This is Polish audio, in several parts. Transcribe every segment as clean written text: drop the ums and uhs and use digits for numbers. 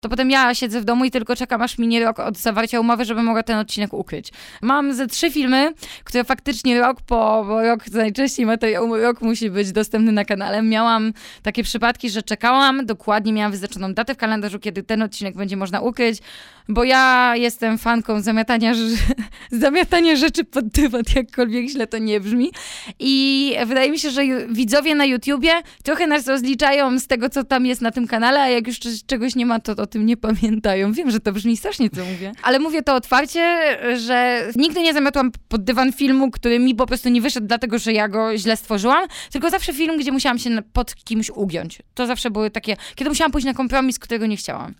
to potem ja siedzę w domu i tylko czekam, aż minie rok od zawarcia umowy, żeby mogła ten odcinek ukryć. Mam ze 3 filmy, które faktycznie rok bo rok najczęściej materiał rok musi być dostępny na kanale. Miałam takie przypadki, że czekałam, dokładnie miałam wyznaczoną datę w kalendarzu, kiedy ten odcinek będzie można ukryć, bo ja jestem fanką zamiatania rzeczy pod dywan, jakkolwiek źle to nie brzmi. I wydaje mi się, że widzowie na YouTubie trochę nas rozliczają z tego, co tam jest na tym kanale, a jak już czegoś nie ma, to o tym nie pamiętają. Wiem, że to brzmi strasznie, co mówię. Ale mówię to otwarcie, że nigdy nie zamiotłam pod dywan filmu, który mi po prostu nie wyszedł, dlatego że ja go źle stworzyłam, tylko zawsze film, gdzie musiałam się pod kimś ugiąć. To zawsze były takie, kiedy musiałam pójść na kompromis, którego nie chciałam.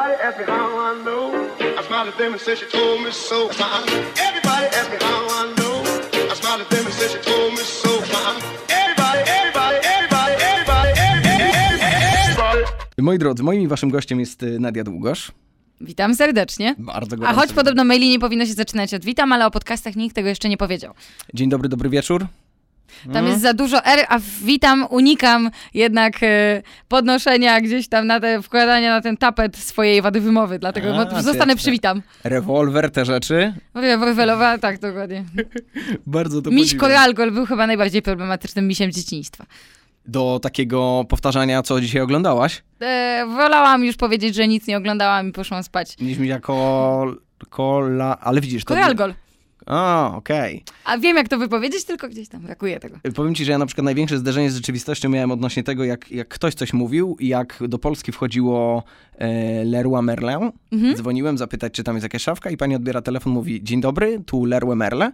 Moi drodzy, moim i waszym gościem jest Nadia Długosz. Witam serdecznie. Bardzo gorąco. A choć podobno maili nie powinno się zaczynać od witam, ale o podcastach nikt tego jeszcze nie powiedział. Dzień dobry, dobry wieczór. Tam jest za dużo R, a witam, unikam jednak podnoszenia gdzieś tam, wkładania na ten tapet swojej wady wymowy, dlatego zostanę przy witam. Rewolwer, te rzeczy. Rewolwerowa, tak, dokładnie. Bardzo to Miś podziwiam. Koralgol był chyba najbardziej problematycznym misiem dzieciństwa. Do takiego powtarzania, co dzisiaj oglądałaś? Wolałam już powiedzieć, że nic nie oglądałam i poszłam spać. Niż mi jako ale widzisz to... Koralgol. A, okej. A wiem, jak to wypowiedzieć, tylko gdzieś tam brakuje tego. Powiem ci, że ja na przykład największe zderzenie z rzeczywistością miałem odnośnie tego, jak ktoś coś mówił i jak do Polski wchodziło Leroy Merlin. Dzwoniłem zapytać, czy tam jest jakaś szafka i pani odbiera telefon, mówi: dzień dobry, tu Leroy Merlin.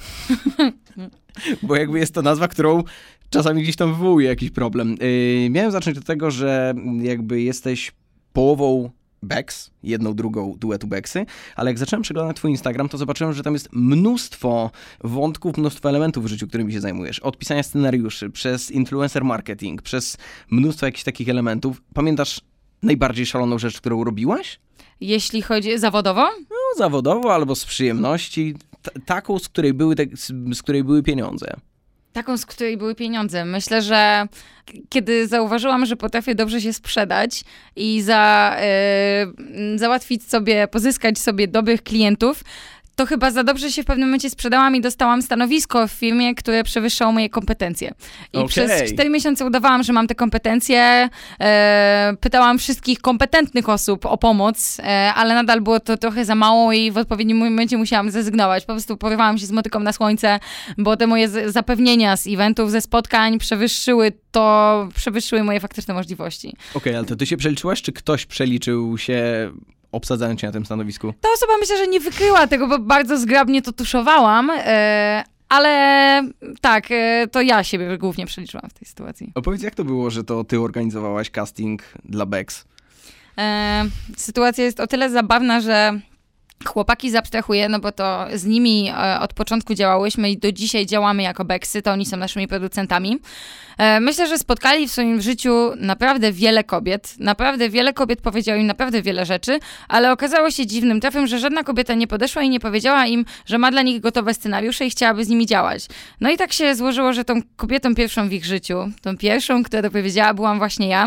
Bo jakby jest to nazwa, którą czasami gdzieś tam wywołuje jakiś problem. Miałem zacząć od tego, że jakby jesteś połową Bex, jedną drugą duetu Beksy, ale jak zacząłem przeglądać twój Instagram, to zobaczyłem, że tam jest mnóstwo wątków, mnóstwo elementów w życiu, którymi się zajmujesz. Od pisania scenariuszy, przez influencer marketing, przez mnóstwo jakichś takich elementów. Pamiętasz najbardziej szaloną rzecz, którą robiłaś? Jeśli chodzi zawodowo? No, zawodowo albo z przyjemności. Taką, z której były pieniądze. Taką, z której były pieniądze. Myślę, że kiedy zauważyłam, że potrafię dobrze się sprzedać i załatwić sobie, pozyskać sobie dobrych klientów, to chyba za dobrze się w pewnym momencie sprzedałam i dostałam stanowisko w firmie, które przewyższało moje kompetencje. I przez 4 miesiące udawałam, że mam te kompetencje, pytałam wszystkich kompetentnych osób o pomoc, ale nadal było to trochę za mało i w odpowiednim momencie musiałam zrezygnować. Po prostu porywałam się z motyką na słońce, bo te moje zapewnienia z eventów, ze spotkań przewyższyły moje faktyczne możliwości. Okej, ale to ty się przeliczyłaś, czy ktoś przeliczył się, obsadzając cię na tym stanowisku? Ta osoba myślę, że nie wykryła tego, bo bardzo zgrabnie to tuszowałam, ale tak, to ja siebie głównie przeliczyłam w tej sytuacji. Opowiedz, jak to było, że to ty organizowałaś casting dla Bex? Sytuacja jest o tyle zabawna, że chłopaki zabstrahuję, no bo to z nimi od początku działałyśmy i do dzisiaj działamy jako Beksy, to oni są naszymi producentami. Myślę, że spotkali w swoim życiu naprawdę wiele kobiet powiedziało im naprawdę wiele rzeczy, ale okazało się dziwnym trafem, że żadna kobieta nie podeszła i nie powiedziała im, że ma dla nich gotowe scenariusze i chciałaby z nimi działać. No i tak się złożyło, że tą kobietą pierwszą w ich życiu, tą pierwszą, która to powiedziała, byłam właśnie ja.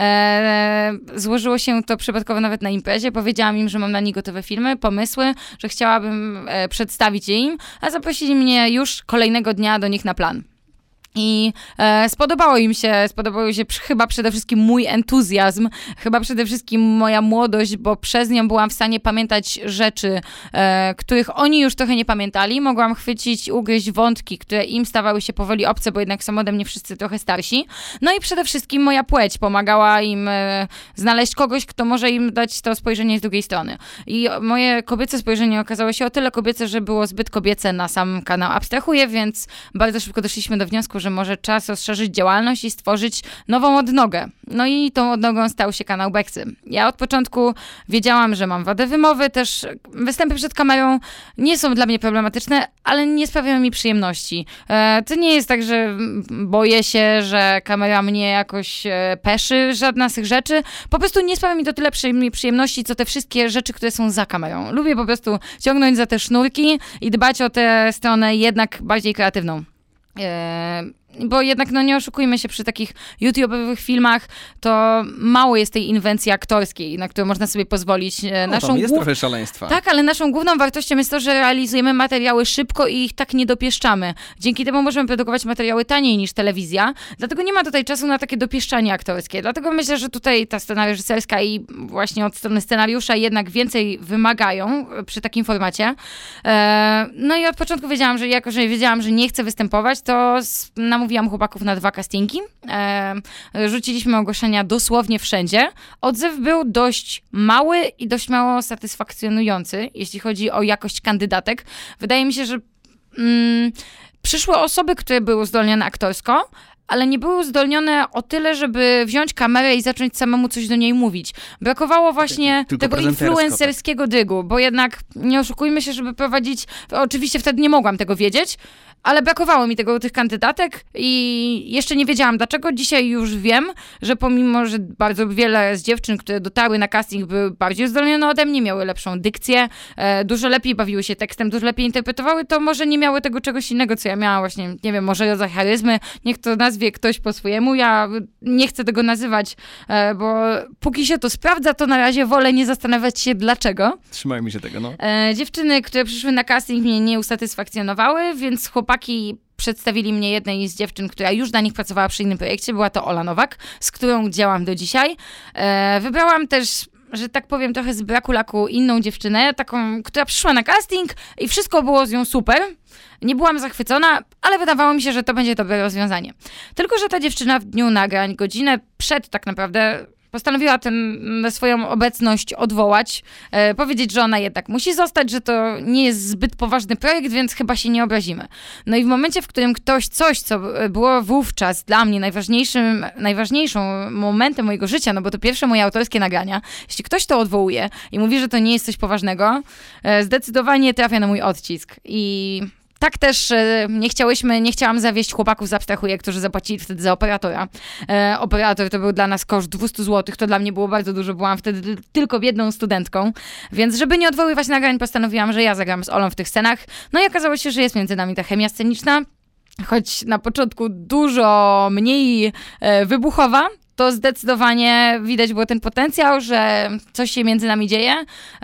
Złożyło się to przypadkowo nawet na imprezie, powiedziałam im, że mam dla nich gotowe filmy, pomysły, że chciałabym przedstawić je im, a zaprosili mnie już kolejnego dnia do nich na plan. I spodobało im się chyba przede wszystkim mój entuzjazm, chyba przede wszystkim moja młodość, bo przez nią byłam w stanie pamiętać rzeczy, których oni już trochę nie pamiętali. Mogłam chwycić i ugryźć wątki, które im stawały się powoli obce, bo jednak są ode mnie wszyscy trochę starsi. No i przede wszystkim moja płeć pomagała im znaleźć kogoś, kto może im dać to spojrzenie z drugiej strony. I moje kobiece spojrzenie okazało się o tyle kobiece, że było zbyt kobiece na sam kanał Abstrahuję, więc bardzo szybko doszliśmy do wniosku, że może czas rozszerzyć działalność i stworzyć nową odnogę. No i tą odnogą stał się kanał Beksy. Ja od początku wiedziałam, że mam wadę wymowy, też występy przed kamerą nie są dla mnie problematyczne, ale nie sprawiają mi przyjemności. To nie jest tak, że boję się, że kamera mnie jakoś peszy, żadna z tych rzeczy. Po prostu nie sprawia mi to tyle przyjemności, co te wszystkie rzeczy, które są za kamerą. Lubię po prostu ciągnąć za te sznurki i dbać o tę stronę jednak bardziej kreatywną. bo jednak no nie oszukujmy się, przy takich YouTube'owych filmach to mało jest tej inwencji aktorskiej, na którą można sobie pozwolić. No, tam jest trochę szaleństwa. Tak, ale naszą główną wartością jest to, że realizujemy materiały szybko i ich tak nie dopieszczamy. Dzięki temu możemy produkować materiały taniej niż telewizja, dlatego nie ma tutaj czasu na takie dopieszczanie aktorskie. Dlatego myślę, że tutaj ta scena reżyserska i właśnie od strony scenariusza jednak więcej wymagają przy takim formacie. No i od początku wiedziałam, że jako, że wiedziałam, że nie chcę występować, to namówiłam chłopaków na 2 castingi. Rzuciliśmy ogłoszenia dosłownie wszędzie. Odzew był dość mały i dość mało satysfakcjonujący, jeśli chodzi o jakość kandydatek. Wydaje mi się, że przyszły osoby, które były uzdolnione aktorsko, ale nie były uzdolnione o tyle, żeby wziąć kamerę i zacząć samemu coś do niej mówić. Brakowało właśnie tego influencerskiego dygu, bo jednak nie oszukujmy się, żeby prowadzić... Oczywiście wtedy nie mogłam tego wiedzieć, ale brakowało mi tych kandydatek i jeszcze nie wiedziałam dlaczego. Dzisiaj już wiem, że pomimo, że bardzo wiele z dziewczyn, które dotarły na casting, były bardziej uzdolnione ode mnie, miały lepszą dykcję, dużo lepiej bawiły się tekstem, dużo lepiej interpretowały, to może nie miały tego czegoś innego, co ja miałam właśnie, nie wiem, może rodzaj charyzmy, niech to nazwie ktoś po swojemu. Ja nie chcę tego nazywać, bo póki się to sprawdza, to na razie wolę nie zastanawiać się dlaczego. Trzymajmy się tego, no. Dziewczyny, które przyszły na casting, mnie nie usatysfakcjonowały, więc chłopaki przedstawili mnie jednej z dziewczyn, która już dla nich pracowała przy innym projekcie. Była to Ola Nowak, z którą działam do dzisiaj. Wybrałam też, że tak powiem, trochę z braku laku inną dziewczynę, taką, która przyszła na casting i wszystko było z nią super. Nie byłam zachwycona, ale wydawało mi się, że to będzie dobre rozwiązanie. Tylko że ta dziewczyna w dniu nagrań, godzinę przed tak naprawdę, postanowiła swoją obecność odwołać, powiedzieć, że ona jednak musi zostać, że to nie jest zbyt poważny projekt, więc chyba się nie obrazimy. No i w momencie, w którym coś, co było wówczas dla mnie najważniejszą momentem mojego życia, no bo to pierwsze moje autorskie nagrania, jeśli ktoś to odwołuje i mówi, że to nie jest coś poważnego, zdecydowanie trafia na mój odcisk. I tak też nie chciałam zawieść chłopaków z Abstrahuję, którzy zapłacili wtedy za operatora. Operator to był dla nas koszt 200 zł, to dla mnie było bardzo dużo, byłam wtedy tylko biedną studentką, więc żeby nie odwoływać nagrań, postanowiłam, że ja zagram z Olą w tych scenach. No i okazało się, że jest między nami ta chemia sceniczna, choć na początku dużo mniej wybuchowa. To zdecydowanie widać było ten potencjał, że coś się między nami dzieje,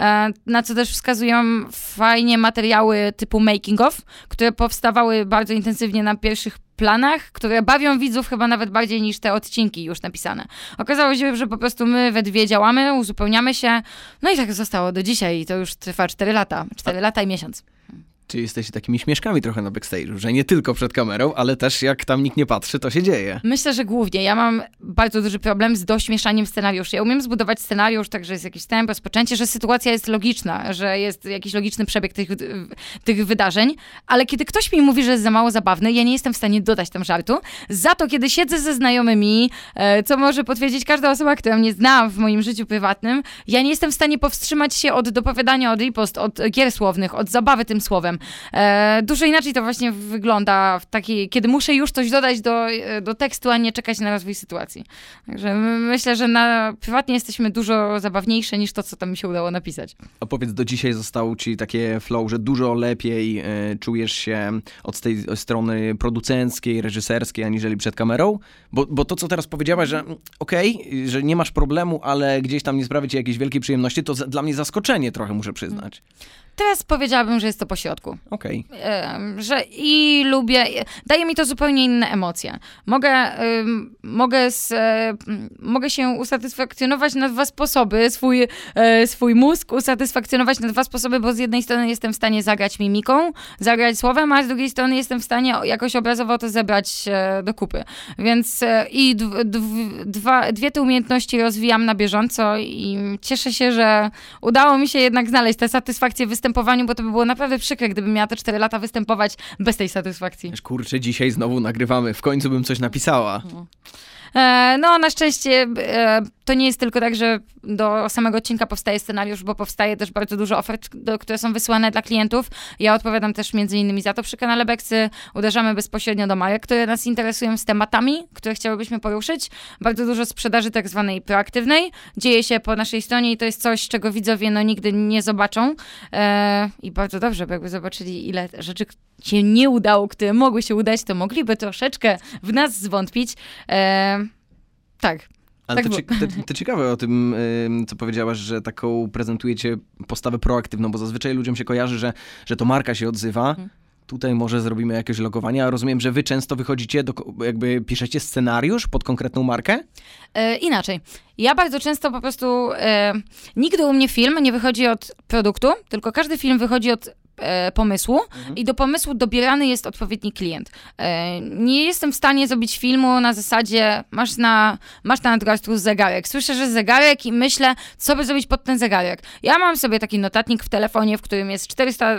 na co też wskazują fajnie materiały typu making of, które powstawały bardzo intensywnie na pierwszych planach, które bawią widzów chyba nawet bardziej niż te odcinki już napisane. Okazało się, że po prostu my we dwie działamy, uzupełniamy się, no i tak zostało do dzisiaj i to już trwa 4 lata. 4 lata i miesiąc. Czy jesteście takimi śmieszkami trochę na backstage'u, że nie tylko przed kamerą, ale też jak tam nikt nie patrzy, to się dzieje? Myślę, że głównie. Ja mam bardzo duży problem z dośmieszaniem scenariuszy. Ja umiem zbudować scenariusz tak, że jest jakiś tempo, rozpoczęcie, że sytuacja jest logiczna, że jest jakiś logiczny przebieg tych wydarzeń, ale kiedy ktoś mi mówi, że jest za mało zabawny, ja nie jestem w stanie dodać tam żartu. Za to, kiedy siedzę ze znajomymi, co może potwierdzić każda osoba, która mnie zna w moim życiu prywatnym, ja nie jestem w stanie powstrzymać się od dopowiadania, od ripost, od gier słownych, od zabawy tym słowem. Dużo inaczej to właśnie wygląda, kiedy muszę już coś dodać do tekstu, a nie czekać na rozwój sytuacji. Także myślę, że prywatnie jesteśmy dużo zabawniejsze niż to, co tam mi się udało napisać. A powiedz, do dzisiaj zostało ci takie flow, że dużo lepiej czujesz się od tej strony producenckiej, reżyserskiej, aniżeli przed kamerą? Bo to, co teraz powiedziałaś, że że nie masz problemu, ale gdzieś tam nie sprawia ci jakiejś wielkiej przyjemności, to dla mnie zaskoczenie trochę, muszę przyznać. Teraz powiedziałabym, że jest to pośrodku. Okej. Że i lubię, daje mi to zupełnie inne emocje. Mogę się usatysfakcjonować na 2 sposoby, swój mózg usatysfakcjonować na 2 sposoby, bo z jednej strony jestem w stanie zagrać mimiką, zagrać słowem, a z drugiej strony jestem w stanie jakoś obrazowo to zebrać do kupy. Więc i dwie te umiejętności rozwijam na bieżąco i cieszę się, że udało mi się jednak znaleźć tę satysfakcję w występowaniu, bo to by było naprawdę przykre, gdybym miała te 4 lata występować bez tej satysfakcji. Kurczę, dzisiaj znowu nagrywamy. W końcu bym coś napisała. No, na szczęście to nie jest tylko tak, że do samego odcinka powstaje scenariusz, bo powstaje też bardzo dużo ofert, które są wysyłane dla klientów. Ja odpowiadam też między innymi za to przy kanale Beksy. Uderzamy bezpośrednio do marek, które nas interesują z tematami, które chciałybyśmy poruszyć. Bardzo dużo sprzedaży tak zwanej proaktywnej dzieje się po naszej stronie i to jest coś, czego widzowie nigdy nie zobaczą. I bardzo dobrze, bo jakby zobaczyli, ile rzeczy się nie udało, które mogły się udać, to mogliby troszeczkę w nas zwątpić. Tak. Ale tak to ciekawe o tym, co powiedziałaś, że taką prezentujecie postawę proaktywną, bo zazwyczaj ludziom się kojarzy, że to marka się odzywa. Tutaj może zrobimy jakieś logowanie, a rozumiem, że wy często wychodzicie, jakby piszecie scenariusz pod konkretną markę? Inaczej. Ja bardzo często po prostu, nigdy u mnie film nie wychodzi od produktu, tylko każdy film wychodzi od pomysłu i do pomysłu dobierany jest odpowiedni klient. Nie jestem w stanie zrobić filmu na zasadzie masz na nadgarstku zegarek. Słyszę, że zegarek i myślę, co by zrobić pod ten zegarek. Ja mam sobie taki notatnik w telefonie, w którym jest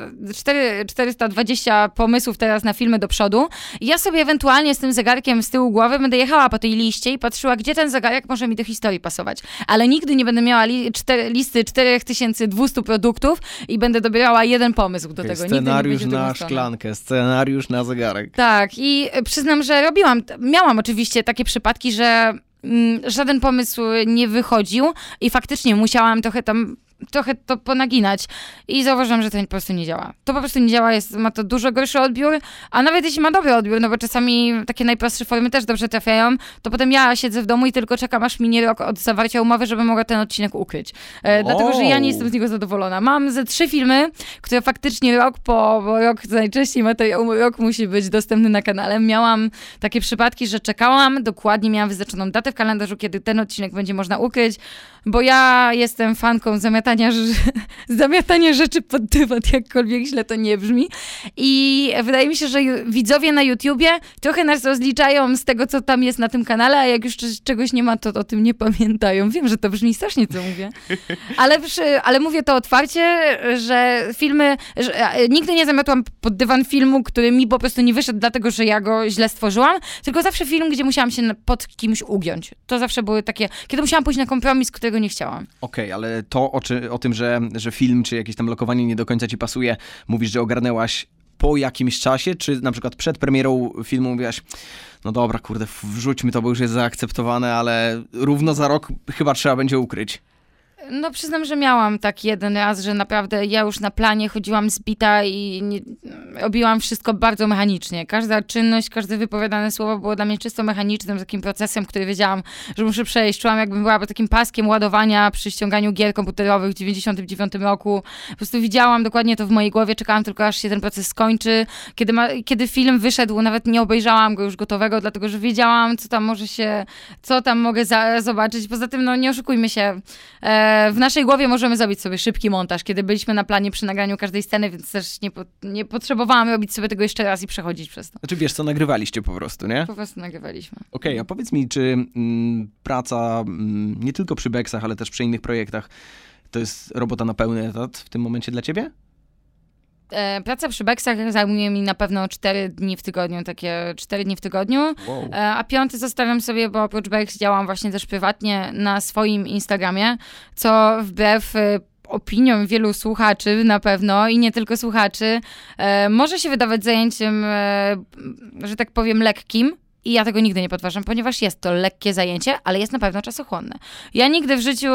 420 pomysłów teraz na filmy do przodu i ja sobie ewentualnie z tym zegarkiem z tyłu głowy będę jechała po tej liście i patrzyła, gdzie ten zegarek może mi do historii pasować. Ale nigdy nie będę miała listy 4200 produktów i będę dobierała jeden pomysł do tego. Scenariusz na szklankę, scenariusz na zegarek. Tak, i przyznam, że miałam oczywiście takie przypadki, że żaden pomysł nie wychodził i faktycznie musiałam trochę to ponaginać i zauważyłam, że to po prostu nie działa. To po prostu nie działa, ma to dużo gorszy odbiór, a nawet jeśli ma dobry odbiór, no bo czasami takie najprostsze formy też dobrze trafiają, to potem ja siedzę w domu i tylko czekam, aż minie rok od zawarcia umowy, żeby mogła ten odcinek ukryć. Dlatego, że ja nie jestem z niego zadowolona. Mam ze 3 filmy, które faktycznie rok najczęściej materiał rok musi być dostępny na kanale. Miałam takie przypadki, że czekałam, dokładnie miałam wyznaczoną datę w kalendarzu, kiedy ten odcinek będzie można ukryć, bo ja jestem fanką zamiatania rzeczy pod dywan, jakkolwiek źle to nie brzmi. I wydaje mi się, że widzowie na YouTubie trochę nas rozliczają z tego, co tam jest na tym kanale, a jak już czegoś nie ma, to o tym nie pamiętają. Wiem, że to brzmi strasznie, co mówię. Ale mówię to otwarcie, że nigdy nie zamiotłam pod dywan filmu, który mi po prostu nie wyszedł, dlatego, że ja go źle stworzyłam, tylko zawsze film, gdzie musiałam się pod kimś ugiąć. To zawsze były takie, kiedy musiałam pójść na kompromis, którego nie chciałam. Okej, ale to o tym, że film czy jakieś tam lokowanie nie do końca ci pasuje, mówisz, że ogarnęłaś po jakimś czasie, czy na przykład przed premierą filmu mówiłaś, no dobra, kurde, wrzućmy to, bo już jest zaakceptowane, ale równo za rok chyba trzeba będzie ukryć. No przyznam, że miałam tak jeden raz, że naprawdę ja już na planie chodziłam zbita i robiłam wszystko bardzo mechanicznie. Każda czynność, każde wypowiadane słowo było dla mnie czysto mechanicznym, takim procesem, który wiedziałam, że muszę przejść. Czułam, jakbym była takim paskiem ładowania przy ściąganiu gier komputerowych w 99 roku. Po prostu widziałam dokładnie to w mojej głowie, czekałam tylko, aż się ten proces skończy. Kiedy film wyszedł, nawet nie obejrzałam go już gotowego, dlatego że wiedziałam, co tam mogę zobaczyć. Poza tym, no nie oszukujmy się, w naszej głowie możemy zrobić sobie szybki montaż, kiedy byliśmy na planie przy nagraniu każdej sceny, więc też nie potrzebowałam robić sobie tego jeszcze raz i przechodzić przez to. Znaczy wiesz co, nagrywaliście po prostu, nie? Po prostu nagrywaliśmy. Okej, a powiedz mi, czy praca nie tylko przy Beksach, ale też przy innych projektach, to jest robota na pełny etat w tym momencie dla ciebie? Praca przy Beksach zajmuje mi na pewno 4 dni w tygodniu, takie 4 dni w tygodniu, wow. A 5 zostawiam sobie, bo oprócz Beks działam właśnie też prywatnie na swoim Instagramie, co wbrew opiniom wielu słuchaczy na pewno i nie tylko słuchaczy, może się wydawać zajęciem, że tak powiem, lekkim. I ja tego nigdy nie podważam, ponieważ jest to lekkie zajęcie, ale jest na pewno czasochłonne. Ja nigdy w życiu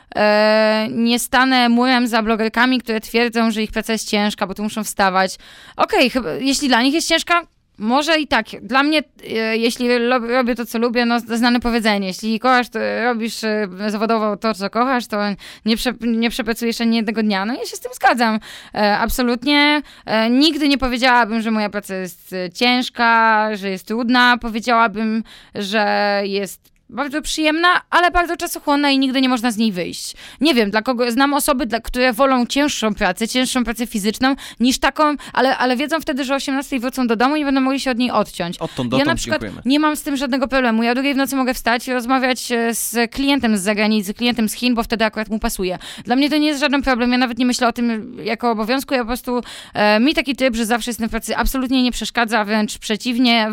nie stanę murem za blogerkami, które twierdzą, że ich praca jest ciężka, bo tu muszą wstawać. Okej, jeśli dla nich jest ciężka, może i tak. Dla mnie, jeśli robię to, co lubię, no znane powiedzenie. Jeśli kochasz, to robisz zawodowo to, co kochasz, to nie przepracujesz ani jednego dnia. No ja się z tym zgadzam. Absolutnie. Nigdy nie powiedziałabym, że moja praca jest ciężka, że jest trudna. Powiedziałabym, że jest bardzo przyjemna, ale bardzo czasochłonna i nigdy nie można z niej wyjść. Nie wiem, dla kogo, znam osoby, które wolą cięższą pracę fizyczną, niż taką, ale wiedzą wtedy, że o 18 wrócą do domu i będą mogli się od niej odciąć. Ja na przykład nie mam z tym żadnego problemu. Ja o 2 w nocy mogę wstać i rozmawiać z klientem z zagranicy, klientem z Chin, bo wtedy akurat mu pasuje. Dla mnie to nie jest żaden problem, ja nawet nie myślę o tym jako obowiązku, ja po prostu mi taki tryb, że zawsze jestem w pracy, absolutnie nie przeszkadza, wręcz przeciwnie,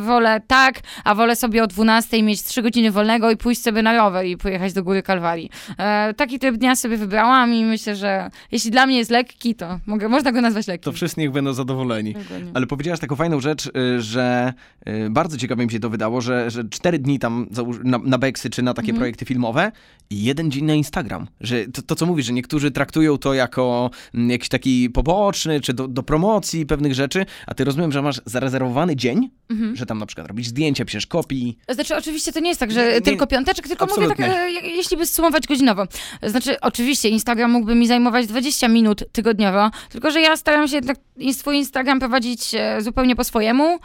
wolę sobie o 12 mieć 3 godziny wolnego i pójść sobie na rower i pojechać do Góry Kalwarii. Taki tryb dnia sobie wybrałam i myślę, że jeśli dla mnie jest lekki, to można go nazwać lekkim. To wszyscy niech będą zadowoleni. Dokładnie. Ale powiedziałaś taką fajną rzecz, że bardzo ciekawie mi się to wydało, że 4 dni tam na Beksy czy na takie projekty filmowe i 1 dzień na Instagram. Że to, co mówisz, że niektórzy traktują to jako jakiś taki poboczny, czy do promocji pewnych rzeczy, a ty rozumiem, że masz zarezerwowany dzień, że tam na przykład robisz zdjęcia, piszesz kopii. Znaczy, oczywiście to nie jest tak, że tylko piąteczek, tylko absolutnie. Mówię tak, jeśli by zsumować godzinowo. Znaczy, oczywiście Instagram mógłby mi zajmować 20 minut tygodniowo, tylko że ja staram się jednak swój Instagram prowadzić zupełnie po swojemu,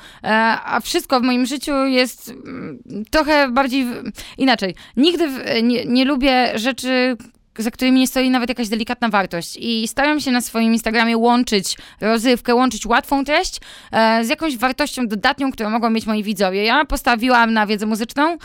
a wszystko w moim życiu jest trochę bardziej inaczej. Nigdy nie lubię rzeczy, za którymi nie stoi nawet jakaś delikatna wartość. I staram się na swoim Instagramie łączyć rozrywkę, łączyć łatwą treść z jakąś wartością dodatnią, którą mogą mieć moi widzowie. Ja postawiłam na wiedzę muzyczną,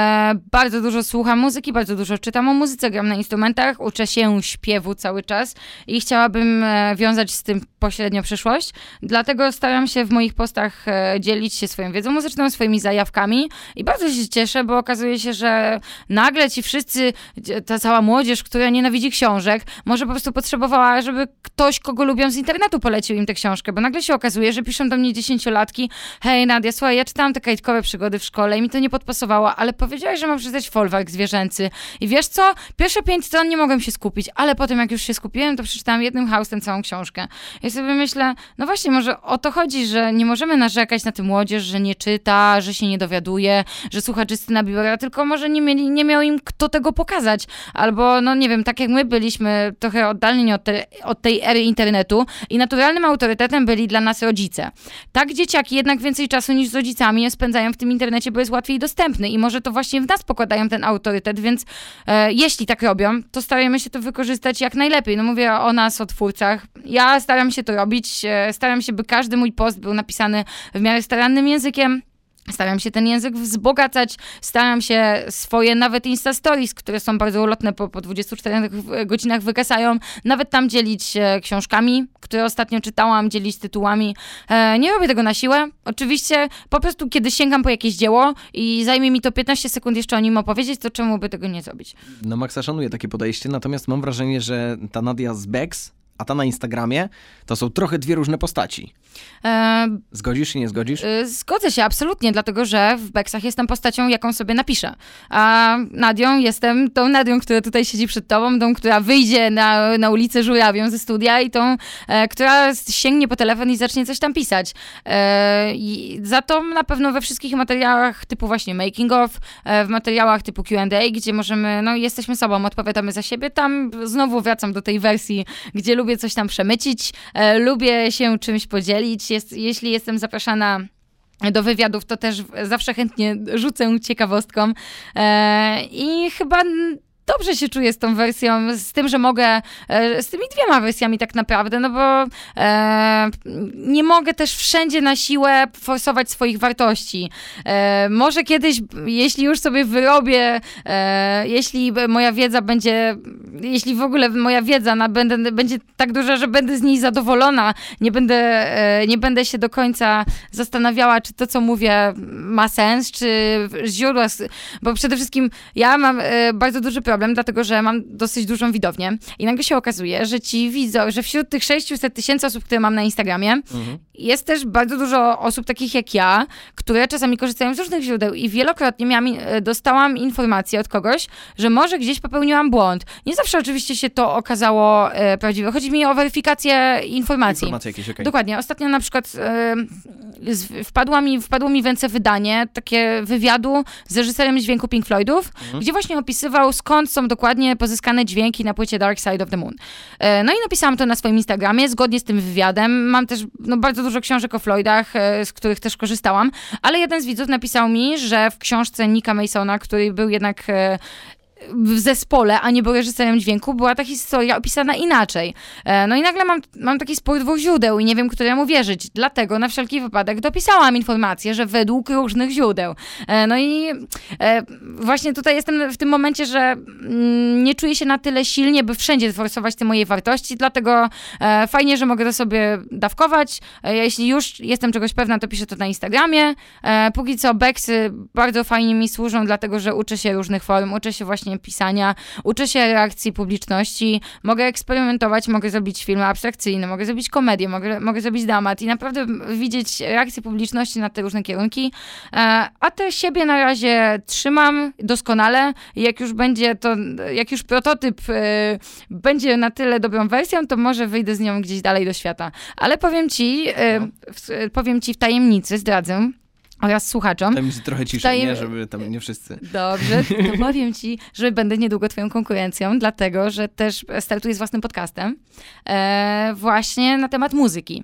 bardzo dużo słucham muzyki, bardzo dużo czytam o muzyce, gram na instrumentach, uczę się śpiewu cały czas i chciałabym wiązać z tym pośrednio przyszłość. Dlatego staram się w moich postach dzielić się swoją wiedzą muzyczną, swoimi zajawkami i bardzo się cieszę, bo okazuje się, że nagle ci wszyscy, ta cała młodzież, która nienawidzi książek, może po prostu potrzebowała, żeby ktoś, kogo lubią z internetu, polecił im tę książkę, bo nagle się okazuje, że piszą do mnie 10-latki: hej Nadia, słuchaj, ja czytałam te kajtkowe przygody w szkole i mi to nie podpasowało, ale powiedziałaś, że mam przeczytać folwark zwierzęcy i wiesz co? Pierwsze 5 stron nie mogłem się skupić, ale potem jak już się skupiłem, to przeczytałam jednym haustem całą książkę. Ja sobie myślę, no właśnie, może o to chodzi, że nie możemy narzekać na tę młodzież, że nie czyta, że się nie dowiaduje, że słucha Justyna Biebera, tylko może nie miał im kto tego pokazać, albo no nie wiem, tak jak my byliśmy trochę oddaleni od tej ery internetu i naturalnym autorytetem byli dla nas rodzice. Tak dzieciaki jednak więcej czasu niż z rodzicami spędzają w tym internecie, bo jest łatwiej dostępny i może to właśnie w nas pokładają ten autorytet, więc jeśli tak robią, to starajmy się to wykorzystać jak najlepiej. No mówię o nas, o twórcach. Ja staram się to robić, staram się, by każdy mój post był napisany w miarę starannym językiem. Staram się ten język wzbogacać, staram się swoje nawet Insta Stories, które są bardzo ulotne, po 24 godzinach wygasają, nawet tam dzielić książkami, które ostatnio czytałam, dzielić tytułami. Nie robię tego na siłę. Oczywiście po prostu kiedy sięgam po jakieś dzieło i zajmie mi to 15 sekund jeszcze o nim opowiedzieć, to czemu by tego nie zrobić? No Maxa szanuję takie podejście, natomiast mam wrażenie, że ta Nadia z Beks, a ta na Instagramie, to są trochę 2 różne postaci. Zgodzisz czy nie zgodzisz? Zgodzę się, absolutnie, dlatego że w Beksach jestem postacią, jaką sobie napiszę. A Nadią jestem tą Nadią, która tutaj siedzi przed tobą, tą, która wyjdzie na ulicę Żurawią ze studia i tą, która sięgnie po telefon i zacznie coś tam pisać. I za to na pewno we wszystkich materiałach typu właśnie making of, w materiałach typu Q&A, gdzie możemy, no jesteśmy sobą, odpowiadamy za siebie, tam znowu wracam do tej wersji, gdzie lubię coś tam przemycić, lubię się czymś podzielić. Jeśli jestem zapraszana do wywiadów, to też zawsze chętnie rzucę ciekawostką i chyba dobrze się czuję z tą wersją, z tym, że mogę, z tymi 2 wersjami tak naprawdę, no bo nie mogę też wszędzie na siłę forsować swoich wartości. Może kiedyś, jeśli już sobie wyrobię, jeśli moja wiedza będzie, jeśli w ogóle moja wiedza będzie tak duża, że będę z niej zadowolona, nie będę się do końca zastanawiała, czy to, co mówię, ma sens, czy źródła, bo przede wszystkim ja mam bardzo duży problem, dlatego że mam dosyć dużą widownię i nagle się okazuje, że że wśród tych 600 000 osób, które mam na Instagramie, jest też bardzo dużo osób takich jak ja, które czasami korzystają z różnych źródeł i wielokrotnie dostałam informację od kogoś, że może gdzieś popełniłam błąd. Nie zawsze oczywiście się to okazało prawdziwe. Chodzi mi o weryfikację informacji. Informacje jakieś, okej. Dokładnie. Ostatnio na przykład wpadło mi w ręce wydanie, takie wywiadu z reżyserem dźwięku Pink Floydów, gdzie właśnie opisywał, skąd skąd są dokładnie pozyskane dźwięki na płycie Dark Side of the Moon. No i napisałam to na swoim Instagramie, zgodnie z tym wywiadem. Mam też bardzo dużo książek o Floydach, z których też korzystałam, ale jeden z widzów napisał mi, że w książce Nicka Masona, który był jednak w zespole, a nie był reżyserem dźwięku, była ta historia opisana inaczej. No i nagle mam taki spór dwóch źródeł i nie wiem, któremu wierzyć. Dlatego na wszelki wypadek dopisałam informację, że według różnych źródeł. No i właśnie tutaj jestem w tym momencie, że nie czuję się na tyle silnie, by wszędzie forsować te moje wartości, dlatego fajnie, że mogę to sobie dawkować. Jeśli już jestem czegoś pewna, to piszę to na Instagramie. Póki co beksy bardzo fajnie mi służą, dlatego że uczę się różnych form, uczę się właśnie pisania, uczę się reakcji publiczności, mogę eksperymentować, mogę zrobić filmy abstrakcyjne, mogę zrobić komedię, mogę zrobić dramat i naprawdę widzieć reakcję publiczności na te różne kierunki, a te siebie na razie trzymam doskonale. Jak już prototyp będzie na tyle dobrą wersją, to może wyjdę z nią gdzieś dalej do świata. Ale powiem ci w tajemnicy, zdradzę, oraz słuchaczom. Tam jest trochę ciszej, nie? Żeby tam nie wszyscy. Dobrze, to powiem ci, że będę niedługo twoją konkurencją, dlatego, że też startuję z własnym podcastem właśnie na temat muzyki.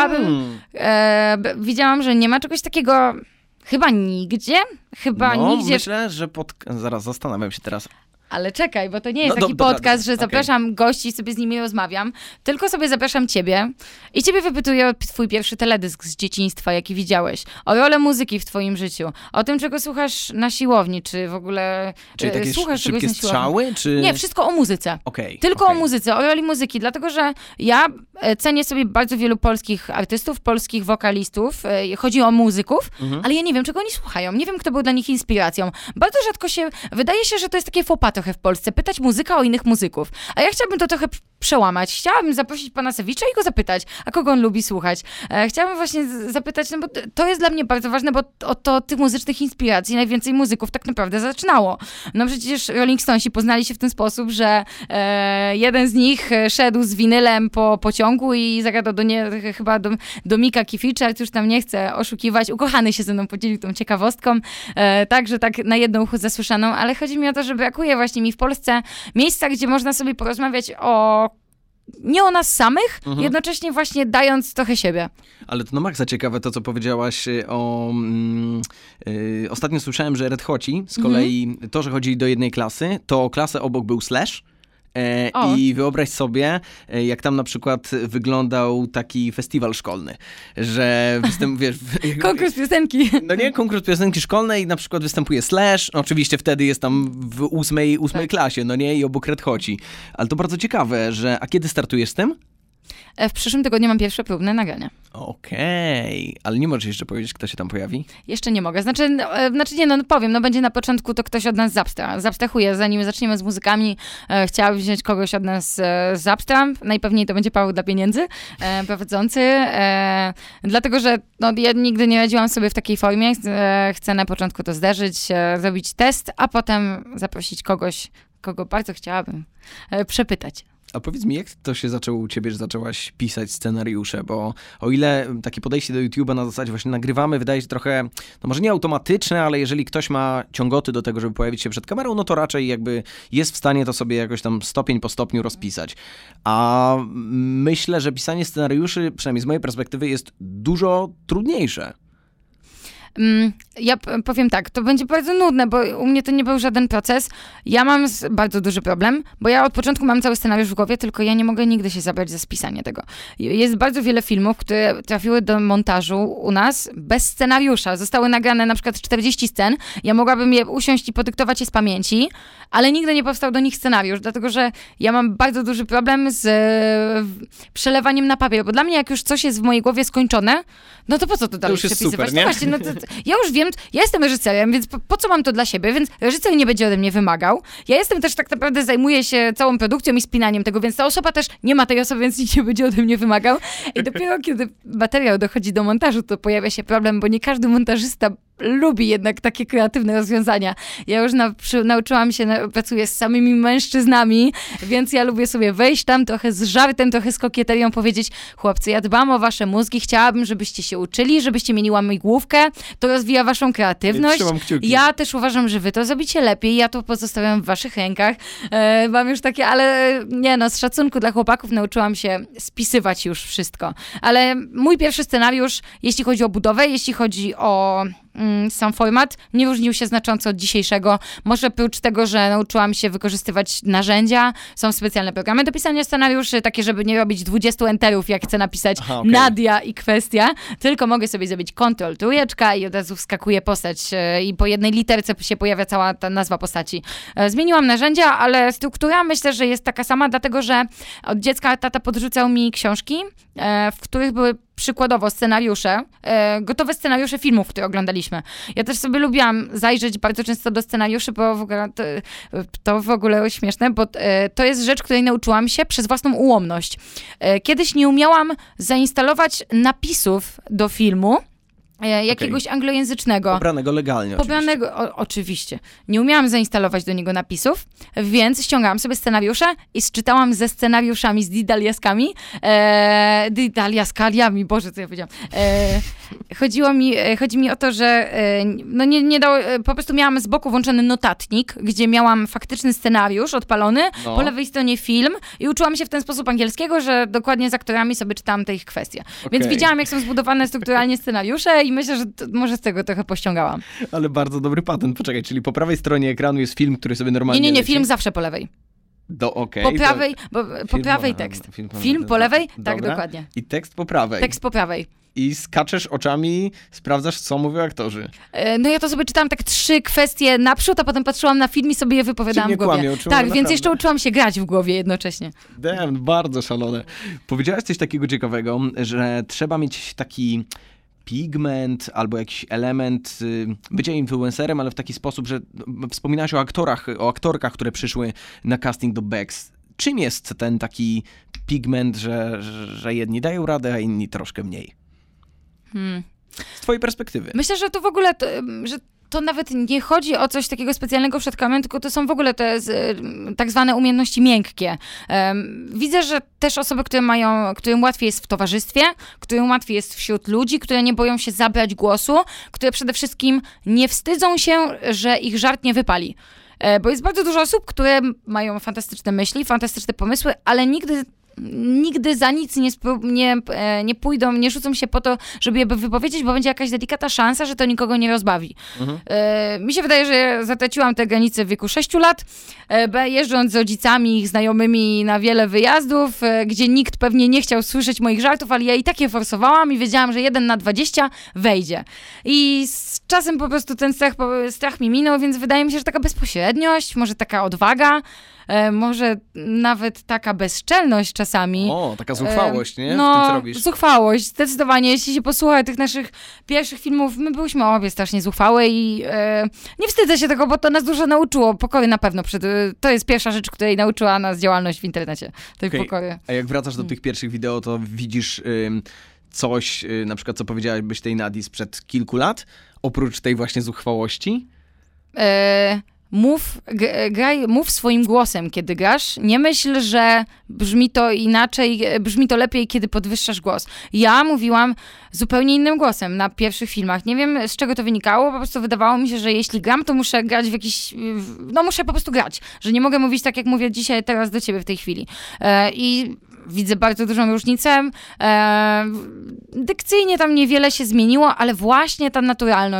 Widziałam, że nie ma czegoś takiego chyba nigdzie. Myślę, że zaraz zastanawiam się teraz. Ale czekaj, bo to nie jest taki podcast, że zapraszam gości i sobie z nimi rozmawiam, tylko sobie zapraszam ciebie i ciebie wypytuję o twój pierwszy teledysk z dzieciństwa, jaki widziałeś, o rolę muzyki w twoim życiu, o tym, czego słuchasz na siłowni, czy w ogóle słuchasz czegoś na siłowni. Strzały, czy... Nie, wszystko o muzyce. Tylko o muzyce, o roli muzyki, dlatego, że ja cenię sobie bardzo wielu polskich artystów, polskich wokalistów, chodzi o muzyków, ale ja nie wiem, czego oni słuchają, nie wiem, kto był dla nich inspiracją. Bardzo rzadko wydaje się, że to jest takie faux pas trochę w Polsce, pytać muzyka o innych muzyków. A ja chciałabym to trochę przełamać. Chciałabym zaprosić pana Sewicza i go zapytać, a kogo on lubi słuchać. Chciałabym właśnie zapytać, no bo to jest dla mnie bardzo ważne, bo od tych muzycznych inspiracji najwięcej muzyków tak naprawdę zaczynało. No przecież Rolling Stonesi poznali się w ten sposób, że jeden z nich szedł z winylem po pociągu i zagadał chyba do Mika Kificza, już tam nie chcę oszukiwać. Ukochany się ze mną podzielił tą ciekawostką. Także tak na jedną ucho zasłyszaną, ale chodzi mi o to, że brakuje właśnie mi w Polsce miejsca, gdzie można sobie porozmawiać nie o nas samych, jednocześnie właśnie dając trochę siebie. Ale to na maksa ciekawe to, co powiedziałaś ostatnio słyszałem, że Red Hoci z kolei to, że chodzili do jednej klasy, to klasę obok był Slash. I wyobraź sobie, jak tam na przykład wyglądał taki festiwal szkolny, że konkurs piosenki. No nie, konkurs piosenki szkolnej, na przykład występuje Slash, oczywiście wtedy jest tam w ósmej klasie, no nie, i obok Red Hoci. Ale to bardzo ciekawe, a kiedy startujesz z tym? W przyszłym tygodniu mam pierwsze próbne nagrania. Okej, ale nie możesz jeszcze powiedzieć, kto się tam pojawi? Jeszcze nie mogę. Powiem, będzie na początku to ktoś od nas z Abstrahuje. Zanim zaczniemy z muzykami, chciałabym wziąć kogoś od nas z Abstra. Najpewniej to będzie Paweł dla pieniędzy, prowadzący. Dlatego, że ja nigdy nie radziłam sobie w takiej formie. Chcę na początku to zderzyć, zrobić test, a potem zaprosić kogoś, kogo bardzo chciałabym przepytać. A powiedz mi, jak to się zaczęło u ciebie, że zaczęłaś pisać scenariusze? Bo o ile takie podejście do YouTube'a na zasadzie właśnie nagrywamy wydaje się trochę, no może nie automatyczne, ale jeżeli ktoś ma ciągoty do tego, żeby pojawić się przed kamerą, no to raczej jakby jest w stanie to sobie jakoś tam stopień po stopniu rozpisać. A myślę, że pisanie scenariuszy, przynajmniej z mojej perspektywy, jest dużo trudniejsze. Ja powiem tak, to będzie bardzo nudne, bo u mnie to nie był żaden proces. Ja mam bardzo duży problem, bo ja od początku mam cały scenariusz w głowie, tylko ja nie mogę nigdy się zabrać za spisanie tego. Jest bardzo wiele filmów, które trafiły do montażu u nas bez scenariusza. Zostały nagrane na przykład 40 scen, ja mogłabym je usiąść i podyktować je z pamięci, ale nigdy nie powstał do nich scenariusz, dlatego że ja mam bardzo duży problem z przelewaniem na papier, bo dla mnie jak już coś jest w mojej głowie skończone, no to po co to dalej przepisywać? Super, nie? No właśnie, ja już wiem, ja jestem reżyserem, więc po co mam to dla siebie, więc reżyser nie będzie ode mnie wymagał. Ja jestem też tak naprawdę, zajmuję się całą produkcją i spinaniem tego, więc ta osoba też nie ma tej osoby, więc nikt nie będzie ode mnie wymagał. I dopiero kiedy materiał dochodzi do montażu, to pojawia się problem, bo nie każdy montażysta lubi jednak takie kreatywne rozwiązania. Ja już nauczyłam się, pracuję z samymi mężczyznami, więc ja lubię sobie wejść tam trochę z żartem, trochę z kokieterią, powiedzieć: chłopcy, ja dbam o wasze mózgi, chciałabym, żebyście się uczyli, żebyście mieli łamigłówkę, to rozwija waszą kreatywność. Ja też uważam, że wy to zrobicie lepiej, ja to pozostawiam w waszych rękach. Mam już takie, ale nie no, z szacunku dla chłopaków nauczyłam się spisywać już wszystko. Ale mój pierwszy scenariusz, jeśli chodzi o budowę, jeśli chodzi o sam format, nie różnił się znacząco od dzisiejszego. Może oprócz tego, że nauczyłam się wykorzystywać narzędzia, są specjalne programy do pisania scenariuszy, takie, żeby nie robić 20 enterów, jak chcę napisać Nadia i kwestia, tylko mogę sobie zrobić Ctrl, trójeczka i od razu wskakuje postać i po jednej literce się pojawia cała ta nazwa postaci. Zmieniłam narzędzia, ale struktura myślę, że jest taka sama, dlatego, że od dziecka tata podrzucał mi książki, w których były przykładowo scenariusze, gotowe scenariusze filmów, które oglądaliśmy. Ja też sobie lubiłam zajrzeć bardzo często do scenariuszy, bo w ogóle to w ogóle śmieszne, bo to jest rzecz, której nauczyłam się przez własną ułomność. Kiedyś nie umiałam zainstalować napisów do filmu, jakiegoś anglojęzycznego. Pobranego legalnie. Pobranego, oczywiście. Nie umiałam zainstalować do niego napisów, więc ściągałam sobie scenariusze i czytałam ze scenariuszami, z didaliaskami. Didaliaskaliami, Boże, co ja powiedziałam. Chodzi mi o to, że no nie dało, po prostu miałam z boku włączony notatnik, gdzie miałam faktyczny scenariusz odpalony, po lewej stronie film i uczyłam się w ten sposób angielskiego, że dokładnie z aktorami sobie czytałam te ich kwestie. Więc widziałam, jak są zbudowane strukturalnie scenariusze i myślę, że może z tego trochę pościągałam. Ale bardzo dobry patent. Poczekaj, czyli po prawej stronie ekranu jest film, który sobie normalnie Nie, film zawsze po lewej. Po prawej tekst. Film po lewej? Tak, dokładnie. I tekst po prawej. Tekst po prawej. I skaczesz oczami, sprawdzasz, co mówią aktorzy. No ja to sobie czytałam tak 3 kwestie naprzód, a potem patrzyłam na film i sobie je wypowiadałam w głowie. Tak, naprawdę. Więc jeszcze uczyłam się grać w głowie jednocześnie. Bardzo szalone. Powiedziałaś coś takiego ciekawego, że trzeba mieć taki pigment albo jakiś element bycia influencerem, ale w taki sposób, że wspominałaś o aktorkach, które przyszły na casting do Becks. Czym jest ten taki pigment, że jedni dają radę, a inni troszkę mniej? Z twojej perspektywy. Myślę, że to w ogóle, że to nawet nie chodzi o coś takiego specjalnego przed kamerą, tylko to są w ogóle te tak zwane umiejętności miękkie. Widzę, że też osoby, którym łatwiej jest w towarzystwie, którym łatwiej jest wśród ludzi, które nie boją się zabrać głosu, które przede wszystkim nie wstydzą się, że ich żart nie wypali. Bo jest bardzo dużo osób, które mają fantastyczne myśli, fantastyczne pomysły, ale nigdy za nic nie pójdą, nie rzucą się po to, żeby je wypowiedzieć, bo będzie jakaś delikatna szansa, że to nikogo nie rozbawi. Mi się wydaje, że zatraciłam te granice w wieku 6 lat, jeżdżąc z rodzicami, ich znajomymi na wiele wyjazdów, gdzie nikt pewnie nie chciał słyszeć moich żartów, ale ja i tak je forsowałam i wiedziałam, że 1 na 20 wejdzie. I z czasem po prostu ten strach mi minął, więc wydaje mi się, że taka bezpośredniość, może taka odwaga, może nawet taka bezczelność czasami. O, taka zuchwałość, nie? No, w tym, co robisz. Zuchwałość, zdecydowanie. Jeśli się posłucha tych naszych pierwszych filmów, my byliśmy obie strasznie zuchwałe i nie wstydzę się tego, bo to nas dużo nauczyło. Pokory na pewno. To jest pierwsza rzecz, której nauczyła nas działalność w internecie. Tej pokory. A jak wracasz do tych pierwszych wideo, to widzisz coś, na przykład co powiedziałabyś tej Nadii sprzed kilku lat, oprócz tej właśnie zuchwałości? Mów swoim głosem, kiedy grasz. Nie myśl, że brzmi to inaczej, brzmi to lepiej, kiedy podwyższasz głos. Ja mówiłam zupełnie innym głosem na pierwszych filmach. Nie wiem, z czego to wynikało, po prostu wydawało mi się, że jeśli gram, to muszę grać w jakiś... No muszę po prostu grać, że nie mogę mówić tak, jak mówię dzisiaj, teraz do ciebie w tej chwili. I widzę bardzo dużą różnicę. Dykcyjnie tam niewiele się zmieniło, ale właśnie ta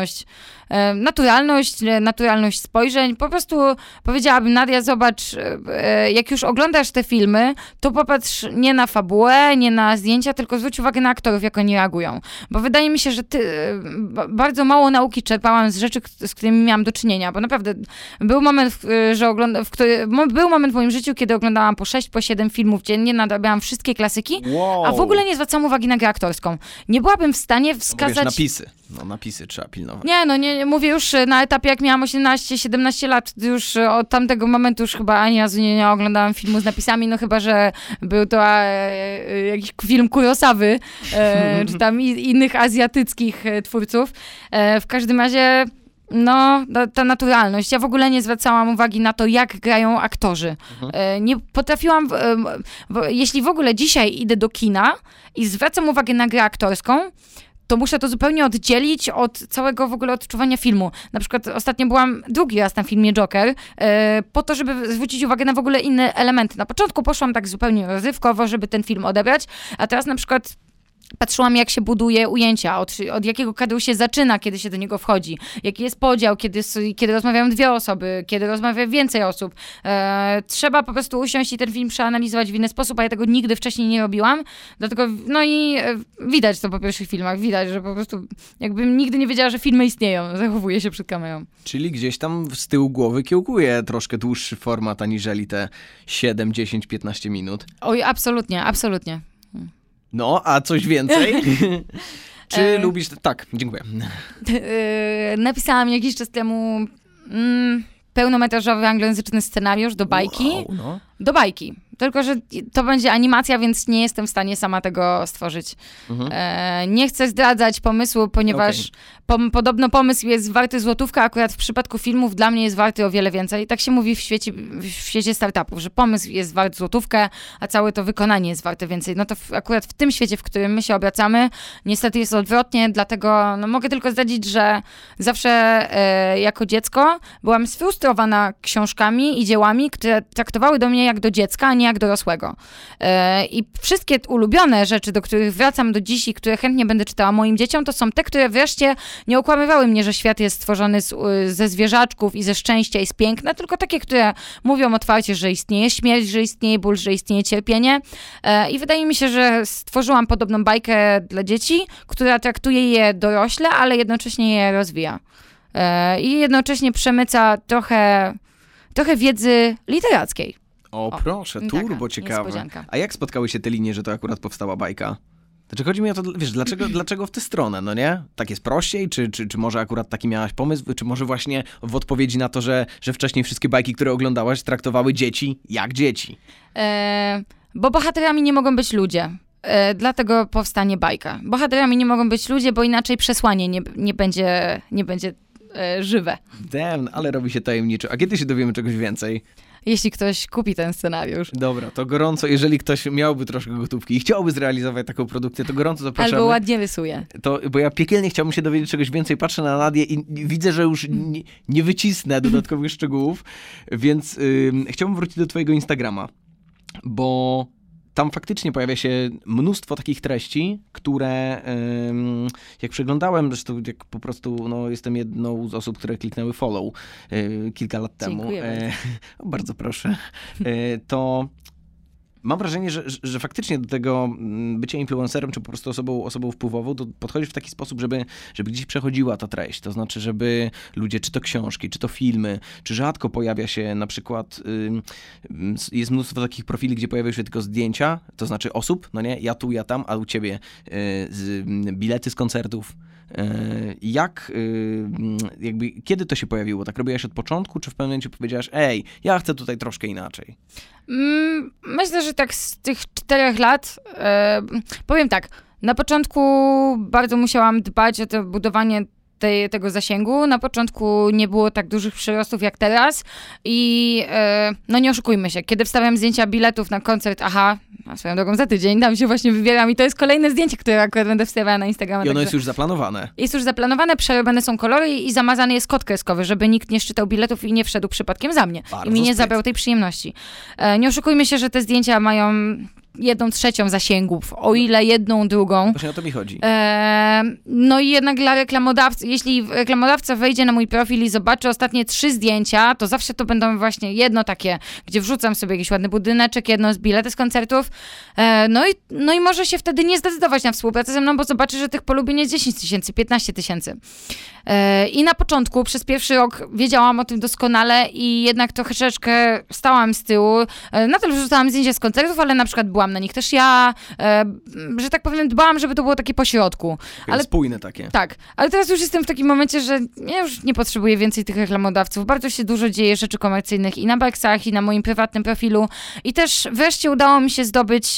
naturalność spojrzeń. Po prostu powiedziałabym, Nadia, zobacz, jak już oglądasz te filmy, to popatrz nie na fabułę, nie na zdjęcia, tylko zwróć uwagę na aktorów, jak oni reagują. Bo wydaje mi się, że bardzo mało nauki czerpałam z rzeczy, z którymi miałam do czynienia, bo naprawdę był moment, był moment w moim życiu, kiedy oglądałam po 6, po 7 filmów dziennie, nadrabiałam wszystkie klasyki, a w ogóle nie zwracałam uwagi na grę aktorską. Nie byłam w stanie wskazać... Napisy. No napisy trzeba pilnować. Nie, mówię już na etapie, jak miałam 18-17 lat, już od tamtego momentu już chyba ani razu nie oglądałam filmu z napisami, no chyba, że był to jakiś film Kurosawy, czy tam innych azjatyckich twórców. W każdym razie... No, ta naturalność. Ja w ogóle nie zwracałam uwagi na to, jak grają aktorzy. Nie potrafiłam, jeśli w ogóle dzisiaj idę do kina i zwracam uwagę na grę aktorską, to muszę to zupełnie oddzielić od całego w ogóle odczuwania filmu. Na przykład ostatnio byłam drugi raz na filmie Joker, po to, żeby zwrócić uwagę na w ogóle inne elementy. Na początku poszłam tak zupełnie rozrywkowo, żeby ten film odebrać, a teraz na przykład patrzyłam, jak się buduje ujęcia, od jakiego kadru się zaczyna, kiedy się do niego wchodzi, jaki jest podział, kiedy rozmawiają dwie osoby, kiedy rozmawia więcej osób. Trzeba po prostu usiąść i ten film przeanalizować w inny sposób, a ja tego nigdy wcześniej nie robiłam. Dlatego, widać to po pierwszych filmach, widać, że po prostu jakbym nigdy nie wiedziała, że filmy istnieją, zachowuję się przed kamerą. Czyli gdzieś tam z tyłu głowy kiełkuje troszkę dłuższy format, aniżeli te 7, 10, 15 minut. Oj, absolutnie, absolutnie. No, a coś więcej? Czy lubisz... Tak, dziękuję. Napisałam jakiś czas temu pełnometrażowy anglojęzyczny scenariusz do bajki. Wow, no. Do bajki. Tylko że to będzie animacja, więc nie jestem w stanie sama tego stworzyć. Nie chcę zdradzać pomysłu, ponieważ podobno pomysł jest warty złotówkę, akurat w przypadku filmów dla mnie jest warty o wiele więcej. Tak się mówi w świecie startupów, że pomysł jest wart złotówkę, a całe to wykonanie jest warte więcej. No to akurat w tym świecie, w którym my się obracamy, niestety jest odwrotnie, dlatego mogę tylko zdradzić, że zawsze jako dziecko byłam sfrustrowana książkami i dziełami, które traktowały do mnie jak do dziecka, a nie jak dorosłego. I wszystkie ulubione rzeczy, do których wracam do dziś i które chętnie będę czytała moim dzieciom, to są te, które wreszcie nie okłamywały mnie, że świat jest stworzony ze zwierzaczków i ze szczęścia i z piękna, tylko takie, które mówią otwarcie, że istnieje śmierć, że istnieje ból, że istnieje cierpienie. I wydaje mi się, że stworzyłam podobną bajkę dla dzieci, która traktuje je dorośle, ale jednocześnie je rozwija. I jednocześnie przemyca trochę wiedzy literackiej. O proszę, turbo ciekawe. A jak spotkały się te linie, że to akurat powstała bajka? Znaczy chodzi mi o to, wiesz, dlaczego w tę stronę, no nie? Tak jest prościej? Czy może akurat taki miałaś pomysł? Czy może właśnie w odpowiedzi na to, że wcześniej wszystkie bajki, które oglądałaś, traktowały dzieci jak dzieci? Bo bohaterami nie mogą być ludzie. Dlatego powstanie bajka. Bohaterami nie mogą być ludzie, bo inaczej przesłanie nie będzie żywe. Damn, ale robi się tajemniczo. A kiedy się dowiemy czegoś więcej? Jeśli ktoś kupi ten scenariusz. Dobra, to gorąco, jeżeli ktoś miałby troszkę gotówki i chciałby zrealizować taką produkcję, to gorąco zapraszamy. Albo ładnie rysuje. Bo ja piekielnie chciałbym się dowiedzieć czegoś więcej, patrzę na Nadię i widzę, że już nie wycisnę dodatkowych szczegółów, więc chciałbym wrócić do twojego Instagrama, bo tam faktycznie pojawia się mnóstwo takich treści, które jak przeglądałem, zresztą jak po prostu jestem jedną z osób, które kliknęły follow kilka lat temu. Dziękuję bardzo proszę. To mam wrażenie, że faktycznie do tego bycia influencerem, czy po prostu osobą wpływową, to podchodzisz w taki sposób, żeby gdzieś przechodziła ta treść. To znaczy, żeby ludzie, czy to książki, czy to filmy, czy rzadko pojawia się na przykład, jest mnóstwo takich profili, gdzie pojawiają się tylko zdjęcia, to znaczy osób, no nie, ja tu, ja tam, a u ciebie bilety z koncertów. Kiedy to się pojawiło? Tak robiłaś od początku, czy w pewnym momencie powiedziałaś, ja chcę tutaj troszkę inaczej? Myślę, że tak z tych 4 lat, powiem tak, na początku bardzo musiałam dbać o to budowanie tego zasięgu. Na początku nie było tak dużych przyrostów jak teraz i nie oszukujmy się, kiedy wstawiam zdjęcia biletów na koncert, a swoją drogą za tydzień, tam się właśnie wybieram i to jest kolejne zdjęcie, które akurat będę wstawiała na Instagrama. I ono jest już zaplanowane. Jest już zaplanowane, przerobione są kolory i zamazany jest kod kreskowy, żeby nikt nie szczytał biletów i nie wszedł przypadkiem za mnie. Bardzo i mi nie zabrał tej przyjemności. Nie oszukujmy się, że te zdjęcia mają 1/3 zasięgów, o ile 1/2. Właśnie o to mi chodzi. I jednak dla reklamodawcy, jeśli reklamodawca wejdzie na mój profil i zobaczy ostatnie 3 zdjęcia, to zawsze to będą właśnie jedno takie, gdzie wrzucam sobie jakiś ładny budyneczek, jedno z bilety z koncertów, i może się wtedy nie zdecydować na współpracę ze mną, bo zobaczy, że tych polubień jest 10 000, 15 000. I na początku, przez pierwszy rok wiedziałam o tym doskonale i jednak troszeczkę stałam z tyłu. Nadal wrzucałam zdjęcia z koncertów, ale na przykład była byłam na nich też ja, że tak powiem, dbałam, żeby to było takie pośrodku. Ale spójne takie. Tak, ale teraz już jestem w takim momencie, że ja już nie potrzebuję więcej tych reklamodawców. Bardzo się dużo dzieje rzeczy komercyjnych i na Beksach, i na moim prywatnym profilu. I też wreszcie udało mi się zdobyć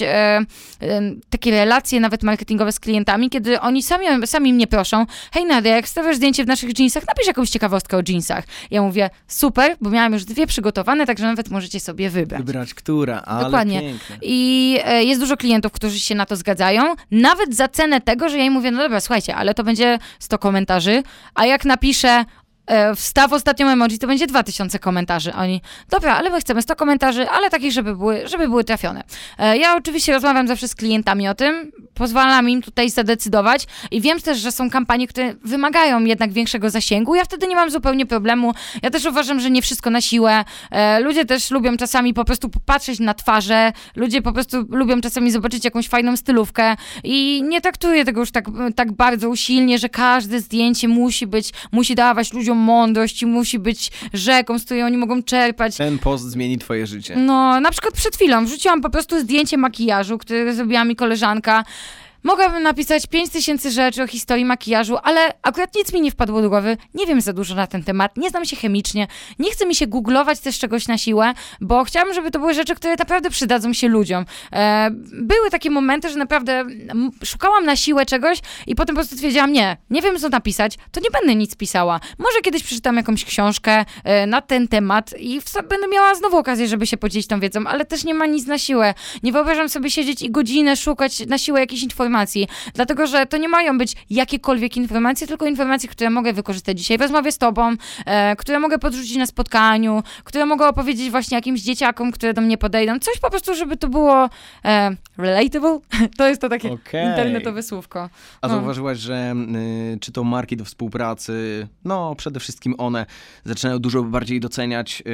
takie relacje, nawet marketingowe z klientami, kiedy oni sami mnie proszą, hej Nadia, jak stawiasz zdjęcie w naszych jeansach, napisz jakąś ciekawostkę o jeansach. Ja mówię, super, bo miałam już 2 przygotowane, także nawet możecie sobie wybrać. Która, ale dokładnie. Piękne. I jest dużo klientów, którzy się na to zgadzają, nawet za cenę tego, że ja im mówię, no dobra, słuchajcie, ale to będzie 100 komentarzy, a jak napiszę wstaw ostatnią emoji, to będzie 2000 komentarzy. Oni, dobra, ale my chcemy 100 komentarzy, ale takich, żeby były trafione. Ja oczywiście rozmawiam zawsze z klientami o tym, pozwalam im tutaj zadecydować i wiem też, że są kampanie, które wymagają jednak większego zasięgu. Ja wtedy nie mam zupełnie problemu. Ja też uważam, że nie wszystko na siłę. Ludzie też lubią czasami po prostu popatrzeć na twarze. Ludzie po prostu lubią czasami zobaczyć jakąś fajną stylówkę i nie traktuję tego już tak bardzo usilnie, że każde zdjęcie musi dawać ludziom mądrość i musi być rzeką, z której oni mogą czerpać. Ten post zmieni twoje życie. No, na przykład przed chwilą wrzuciłam po prostu zdjęcie makijażu, które zrobiła mi koleżanka. Mogłabym napisać 5000 rzeczy o historii makijażu, ale akurat nic mi nie wpadło do głowy. Nie wiem za dużo na ten temat, nie znam się chemicznie, nie chcę mi się googlować też czegoś na siłę, bo chciałam, żeby to były rzeczy, które naprawdę przydadzą się ludziom. Były takie momenty, że naprawdę szukałam na siłę czegoś i potem po prostu stwierdziłam, nie wiem co napisać, to nie będę nic pisała. Może kiedyś przeczytam jakąś książkę na ten temat i będę miała znowu okazję, żeby się podzielić tą wiedzą, ale też nie ma nic na siłę. Nie wyobrażam sobie siedzieć i godzinę szukać na siłę jakichś informacji, dlatego, że to nie mają być jakiekolwiek informacje, tylko informacje, które mogę wykorzystać dzisiaj w rozmowie z tobą, które mogę podrzucić na spotkaniu, które mogę opowiedzieć właśnie jakimś dzieciakom, które do mnie podejdą. Coś po prostu, żeby to było relatable. To jest to takie internetowe słówko. A zauważyłaś, że czy to marki do współpracy, no przede wszystkim one zaczynają dużo bardziej doceniać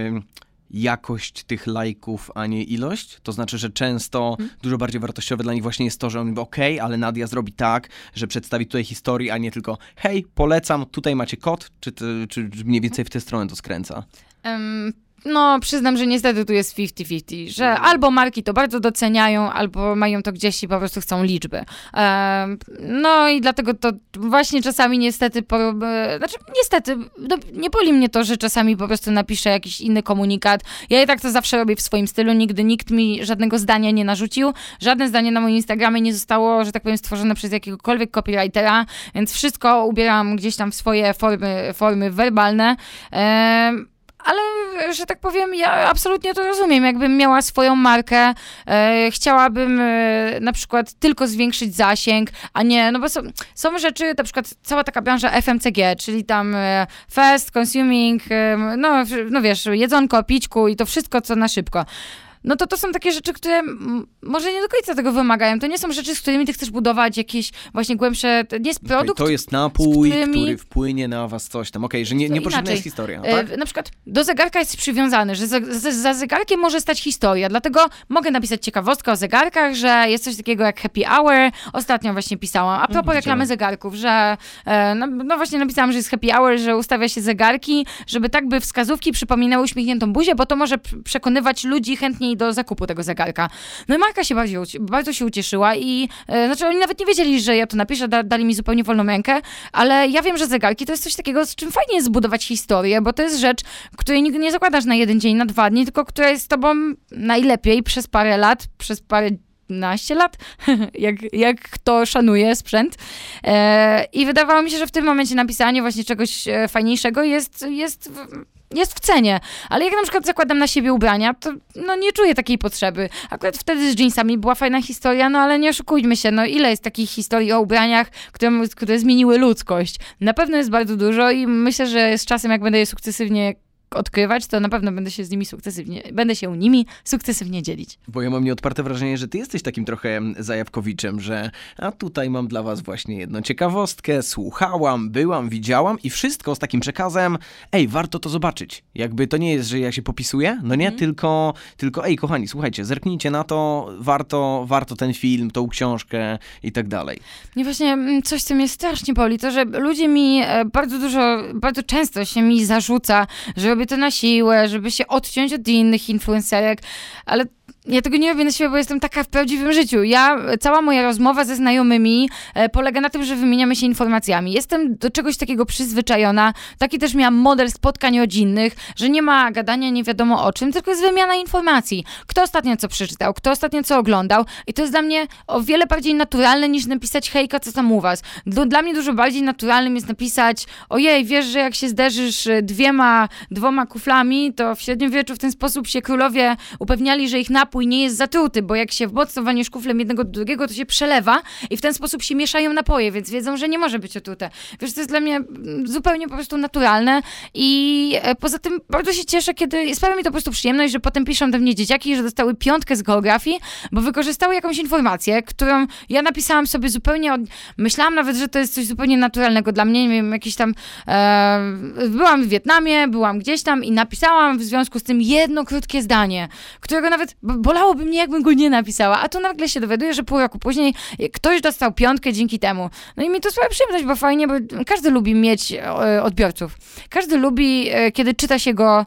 jakość tych lajków, a nie ilość. To znaczy, że często dużo bardziej wartościowe dla nich właśnie jest to, że on mówi, okej, ale Nadia zrobi tak, że przedstawi tutaj historię, a nie tylko hej, polecam, tutaj macie kod, czy mniej więcej w tę stronę to skręca? No, przyznam, że niestety tu jest 50-50, że albo marki to bardzo doceniają, albo mają to gdzieś i po prostu chcą liczby. No i dlatego to właśnie czasami niestety, nie boli mnie to, że czasami po prostu napiszę jakiś inny komunikat. Ja i tak to zawsze robię w swoim stylu, nigdy nikt mi żadnego zdania nie narzucił, żadne zdanie na moim Instagramie nie zostało, że tak powiem, stworzone przez jakiegokolwiek copywritera, więc wszystko ubieram gdzieś tam w swoje formy werbalne. Ale, że tak powiem, ja absolutnie to rozumiem. Jakbym miała swoją markę, chciałabym na przykład tylko zwiększyć zasięg, a nie, no bo są rzeczy, na przykład cała taka branża FMCG, czyli tam fast, consuming, no wiesz, jedzonko, pićku i to wszystko, co na szybko. No to są takie rzeczy, które może nie do końca tego wymagają. To nie są rzeczy, z którymi ty chcesz budować jakieś właśnie głębsze... To nie jest produkt, to jest napój, który wpłynie na was coś tam. Okej, że nie potrzebna jest historia. Tak? Na przykład do zegarka jest przywiązany, że za zegarkiem może stać historia. Dlatego mogę napisać ciekawostkę o zegarkach, że jest coś takiego jak happy hour. Ostatnio właśnie pisałam. A propos reklamy zegarków, że no właśnie napisałam, że jest happy hour, że ustawia się zegarki, żeby tak by wskazówki przypominały uśmiechniętą buzię, bo to może przekonywać ludzi chętniej do zakupu tego zegarka. No i marka się bardzo się ucieszyła i znaczy oni nawet nie wiedzieli, że ja to napiszę, dali mi zupełnie wolną rękę, ale ja wiem, że zegarki to jest coś takiego, z czym fajnie jest zbudować historię, bo to jest rzecz, której nigdy nie zakładasz na 1 dzień, na 2 dni, tylko która jest z tobą najlepiej przez parę lat, przez paręnaście lat, jak kto szanuje sprzęt. I wydawało mi się, że w tym momencie napisanie właśnie czegoś fajniejszego jest w cenie, ale jak na przykład zakładam na siebie ubrania, to no nie czuję takiej potrzeby. Akurat wtedy z jeansami była fajna historia, no ale nie oszukujmy się, no ile jest takich historii o ubraniach, które zmieniły ludzkość? Na pewno jest bardzo dużo i myślę, że z czasem, jak będę je sukcesywnie odkrywać, to na pewno będę się nimi sukcesywnie dzielić. Bo ja mam nieodparte wrażenie, że ty jesteś takim trochę zajawkowiczem, że a tutaj mam dla was właśnie jedną ciekawostkę, słuchałam, byłam, widziałam i wszystko z takim przekazem, warto to zobaczyć. Jakby to nie jest, że ja się popisuję, no nie, tylko kochani, słuchajcie, zerknijcie na to, warto ten film, tą książkę i tak dalej. Nie, właśnie coś, co mnie strasznie boli, to, że ludzie mi bardzo często się mi zarzuca, że robię to na siłę, żeby się odciąć od innych influencerek, ale ja tego nie robię na siebie, bo jestem taka w prawdziwym życiu. Cała moja rozmowa ze znajomymi polega na tym, że wymieniamy się informacjami. Jestem do czegoś takiego przyzwyczajona. Taki też miałam model spotkań rodzinnych, że nie ma gadania nie wiadomo o czym, tylko jest wymiana informacji. Kto ostatnio co przeczytał, kto ostatnio co oglądał i to jest dla mnie o wiele bardziej naturalne niż napisać hejka, co tam u was. Dla mnie dużo bardziej naturalnym jest napisać ojej, wiesz, że jak się zderzysz dwoma kuflami, to w średniowieczu w ten sposób się królowie upewniali, że ich napój nie jest zatruty, bo jak się mocno walniesz kuflem jednego do drugiego, to się przelewa i w ten sposób się mieszają napoje, więc wiedzą, że nie może być otrute. Wiesz, to jest dla mnie zupełnie po prostu naturalne i poza tym bardzo się cieszę, kiedy sprawia mi to po prostu przyjemność, że potem piszą do mnie dzieciaki, że dostały 5 z geografii, bo wykorzystały jakąś informację, którą ja napisałam sobie zupełnie myślałam nawet, że to jest coś zupełnie naturalnego dla mnie, nie wiem, jakiś tam byłam w Wietnamie, byłam gdzieś tam i napisałam w związku z tym jedno krótkie zdanie, którego nawet bolałoby mnie, jakbym go nie napisała, a tu nagle się dowiaduję, że pół roku później ktoś dostał 5 dzięki temu. No i mi to sprawia przyjemność, bo fajnie, bo każdy lubi mieć odbiorców. Każdy lubi, kiedy czyta się go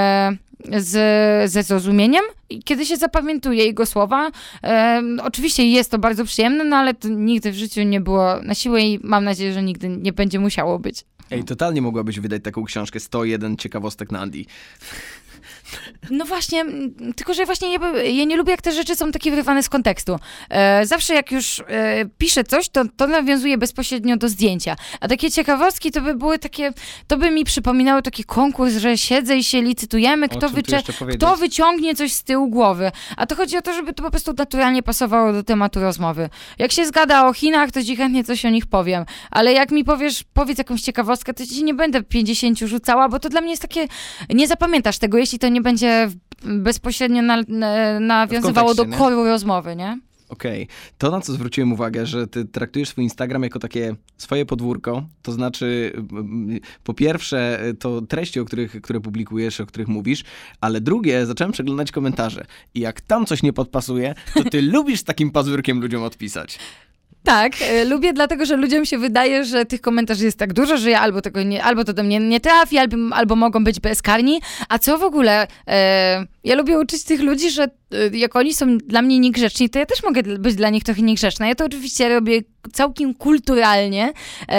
ze zrozumieniem i kiedy się zapamiętuje jego słowa. Oczywiście jest to bardzo przyjemne, no ale to nigdy w życiu nie było na siłę i mam nadzieję, że nigdy nie będzie musiało być. Ej, totalnie mogłabyś wydać taką książkę 101 ciekawostek na Andy. No właśnie, tylko że właśnie ja nie lubię, jak te rzeczy są takie wyrwane z kontekstu. Zawsze jak już piszę coś, to nawiązuje bezpośrednio do zdjęcia. A takie ciekawostki to by były takie, to by mi przypominało taki konkurs, że siedzę i się licytujemy, kto wyciągnie coś z tyłu głowy. A to chodzi o to, żeby to po prostu naturalnie pasowało do tematu rozmowy. Jak się zgada o Chinach, to ci chętnie coś o nich powiem. Ale jak mi powiedz jakąś ciekawostkę, to ci nie będę 50 rzucała, bo to dla mnie jest takie, nie zapamiętasz tego, jeśli to nie będzie bezpośrednio nawiązywało do koru rozmowy, nie? Okej. To, na co zwróciłem uwagę, że ty traktujesz swój Instagram jako takie swoje podwórko, to znaczy po pierwsze to treści, które publikujesz, o których mówisz, ale drugie, zacząłem przeglądać komentarze i jak tam coś nie podpasuje, to ty lubisz z takim pazurkiem ludziom odpisać. Tak, lubię dlatego, że ludziom się wydaje, że tych komentarzy jest tak dużo, że ja albo to do mnie nie trafi, albo mogą być bezkarni, a co w ogóle, ja lubię uczyć tych ludzi, że jak oni są dla mnie niegrzeczni, to ja też mogę być dla nich trochę niegrzeczna. Ja to oczywiście robię całkiem kulturalnie,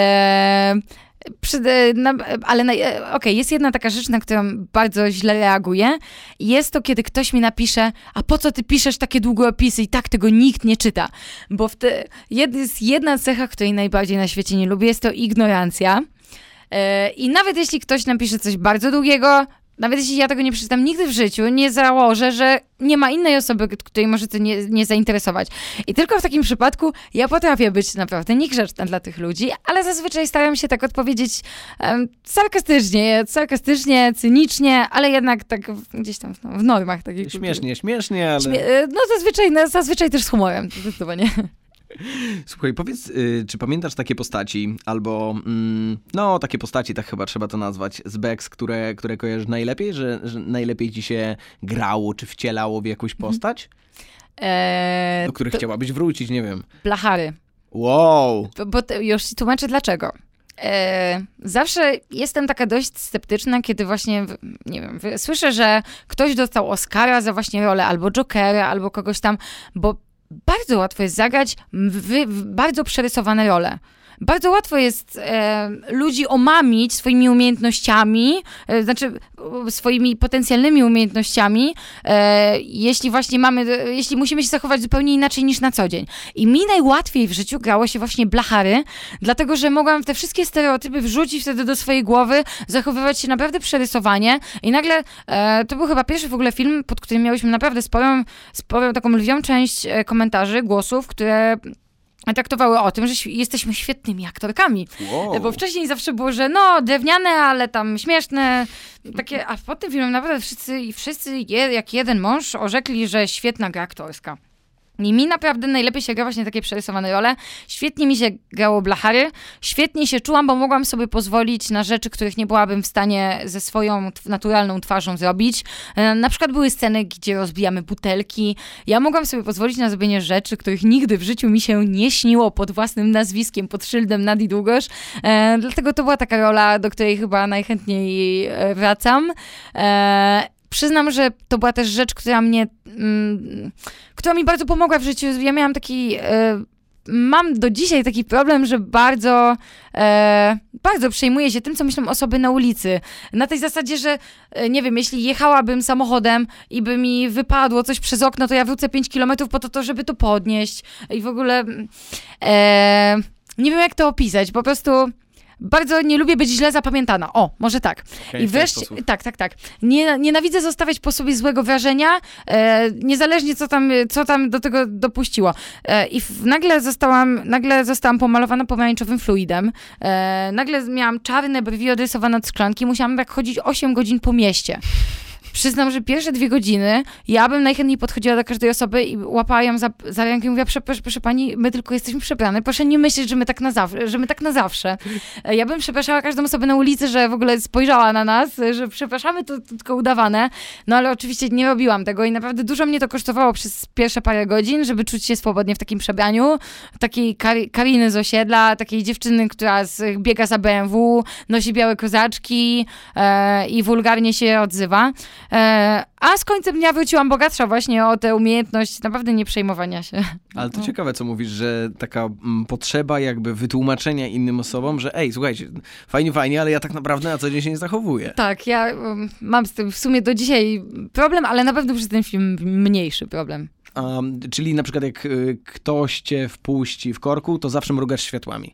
ale jest jedna taka rzecz, na którą bardzo źle reaguję. Jest to, kiedy ktoś mi napisze, a po co ty piszesz takie długopisy i tak tego nikt nie czyta. Bo jest jedna cecha, której najbardziej na świecie nie lubię, jest to ignorancja. I nawet jeśli ktoś napisze coś bardzo długiego, nawet jeśli ja tego nie przeczytam nigdy w życiu, nie założę, że nie ma innej osoby, której może to nie zainteresować. I tylko w takim przypadku ja potrafię być naprawdę niegrzeczna dla tych ludzi, ale zazwyczaj staram się tak odpowiedzieć sarkastycznie, cynicznie, ale jednak tak gdzieś tam w normach takiej Śmiesznie, ale... No zazwyczaj też z humorem, zdecydowanie. Słuchaj, powiedz, czy pamiętasz takie postaci, albo, takie postaci, tak chyba trzeba to nazwać, z Bex, które kojarzysz najlepiej, że najlepiej ci się grało, czy wcielało w jakąś postać? Do których chciałabyś wrócić, nie wiem. Blachary. Wow! Bo już ci tłumaczę dlaczego. Zawsze jestem taka dość sceptyczna, kiedy właśnie, nie wiem, słyszę, że ktoś dostał Oscara za właśnie rolę albo Jokera, albo kogoś tam, bo bardzo łatwo jest zagrać w bardzo przerysowane role. Bardzo łatwo jest ludzi omamić swoimi umiejętnościami, swoimi potencjalnymi umiejętnościami, jeśli musimy się zachować zupełnie inaczej niż na co dzień. I mi najłatwiej w życiu grało się właśnie blachary, dlatego że mogłam te wszystkie stereotypy wrzucić wtedy do swojej głowy, zachowywać się naprawdę przerysowanie i nagle to był chyba pierwszy w ogóle film, pod którym miałyśmy naprawdę sporą taką lwią część komentarzy, głosów, które traktowały o tym, że jesteśmy świetnymi aktorkami. Wow. Bo wcześniej zawsze było, że drewniane, ale tam śmieszne. Takie, a po tym filmie naprawdę wszyscy jak jeden mąż orzekli, że świetna gra aktorska. I mi naprawdę najlepiej się gra właśnie takie przerysowane role. Świetnie mi się grało blachary. Świetnie się czułam, bo mogłam sobie pozwolić na rzeczy, których nie byłabym w stanie ze swoją naturalną twarzą zrobić. Na przykład były sceny, gdzie rozbijamy butelki. Ja mogłam sobie pozwolić na zrobienie rzeczy, których nigdy w życiu mi się nie śniło pod własnym nazwiskiem, pod szyldem Nadi Długosz. Dlatego to była taka rola, do której chyba najchętniej wracam. przyznam, że to była też rzecz, która mi bardzo pomogła w życiu. Ja miałam mam do dzisiaj taki problem, że bardzo przejmuję się tym, co myślą osoby na ulicy. Na tej zasadzie, że nie wiem, jeśli jechałabym samochodem i by mi wypadło coś przez okno, to ja wrócę 5 kilometrów po to, żeby to podnieść. I w ogóle nie wiem, jak to opisać. Po prostu bardzo nie lubię być źle zapamiętana. O, może tak. Okay, I wreszcie, tak. Nienawidzę zostawiać po sobie złego wrażenia, niezależnie co tam do tego dopuściło. I nagle zostałam pomalowana pomarańczowym fluidem. Nagle miałam czarne brwi odrysowane od szklanki. Musiałam tak chodzić 8 godzin po mieście. Przyznam, że pierwsze 2 godziny ja bym najchętniej podchodziła do każdej osoby i łapała ją za rękę i mówiła, proszę pani, my tylko jesteśmy przebrane, proszę nie myśleć, że my tak na zawsze. Ja bym przepraszała każdą osobę na ulicy, że w ogóle spojrzała na nas, że przepraszamy, to tylko udawane. No ale oczywiście nie robiłam tego i naprawdę dużo mnie to kosztowało przez pierwsze parę godzin, żeby czuć się swobodnie w takim przebraniu. Takiej Kariny z osiedla, takiej dziewczyny, która biega za BMW, nosi białe kozaczki i wulgarnie się odzywa. A z końcem dnia wróciłam bogatsza właśnie o tę umiejętność naprawdę nie przejmowania się. Ale to ciekawe, co mówisz, że taka potrzeba jakby wytłumaczenia innym osobom, że słuchajcie, fajnie, ale ja tak naprawdę na co dzień się nie zachowuję. Tak, ja mam z tym w sumie do dzisiaj problem, ale na pewno przez ten film mniejszy problem. Czyli na przykład jak ktoś cię wpuści w korku, to zawsze mrugasz światłami.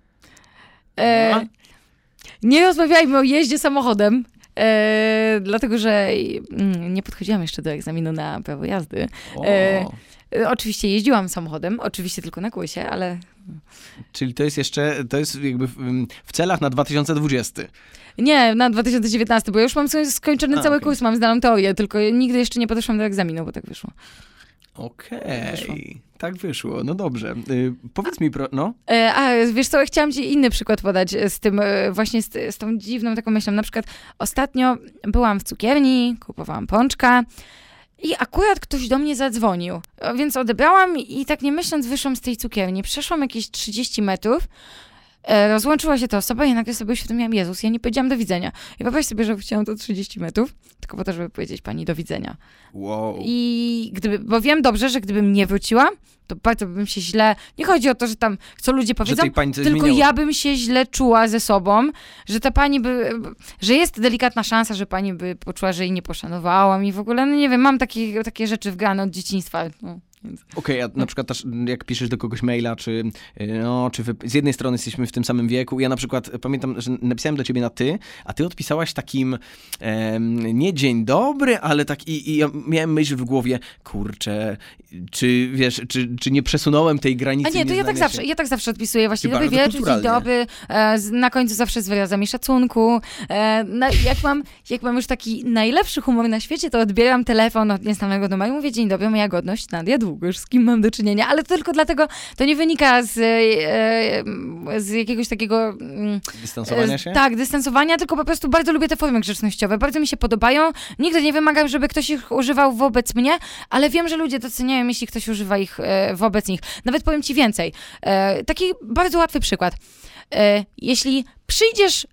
Nie rozmawiajmy o jeździe samochodem. Dlatego, że nie podchodziłam jeszcze do egzaminu na prawo jazdy. Oczywiście jeździłam samochodem, oczywiście tylko na kłysie, ale... Czyli to jest jakby w celach na 2020. Nie, na 2019, bo ja już mam skończony cały kurs, mam znaną teorię, tylko nigdy jeszcze nie podeszłam do egzaminu, bo tak wyszło. Okej, tak wyszło. No dobrze. Powiedz mi, wiesz co, chciałam ci inny przykład podać z tym, właśnie z tą dziwną taką myślą. Na przykład ostatnio byłam w cukierni, kupowałam pączka i akurat ktoś do mnie zadzwonił, więc odebrałam i tak nie myśląc wyszłam z tej cukierni. Przeszłam jakieś 30 metrów, rozłączyła się ta osoba i nagle sobie uświadomiłam, Jezus, ja nie powiedziałam do widzenia. I wyobraź sobie, że chciałam to 30 metrów, tylko po to, żeby powiedzieć pani do widzenia. Wow. I bo wiem dobrze, że gdybym nie wróciła, to bardzo bym się źle, nie chodzi o to, że tam co ludzie powiedzą, tylko ja bym się źle czuła ze sobą, że ta pani że jest delikatna szansa, że pani by poczuła, że jej nie poszanowałam i w ogóle, no nie wiem, mam takie rzeczy wgrane od dzieciństwa. No. Okej, a na przykład też jak piszesz do kogoś maila, czy z jednej strony jesteśmy w tym samym wieku, ja na przykład pamiętam, że napisałem do ciebie na ty, a ty odpisałaś takim nie dzień dobry, ale tak i ja miałem myśl w głowie, kurczę, czy wiesz, czy nie przesunąłem tej granicy? A nie, to ja tak zawsze odpisuję właśnie dobry wieczór, dzień dobry, na końcu zawsze z wyrazami szacunku. Jak mam już taki najlepszy humor na świecie, to odbieram telefon od nieznanego numeru i mówię, dzień dobry, moja godność, Nadia Długosz, z kim mam do czynienia, ale to tylko dlatego, to nie wynika z jakiegoś takiego... Dystansowania się? Tak, dystansowania, tylko po prostu bardzo lubię te formy grzecznościowe, bardzo mi się podobają. Nigdy nie wymagam, żeby ktoś ich używał wobec mnie, ale wiem, że ludzie doceniają, jeśli ktoś używa ich wobec nich. Nawet powiem ci więcej. Taki bardzo łatwy przykład. Jeśli przyjdziesz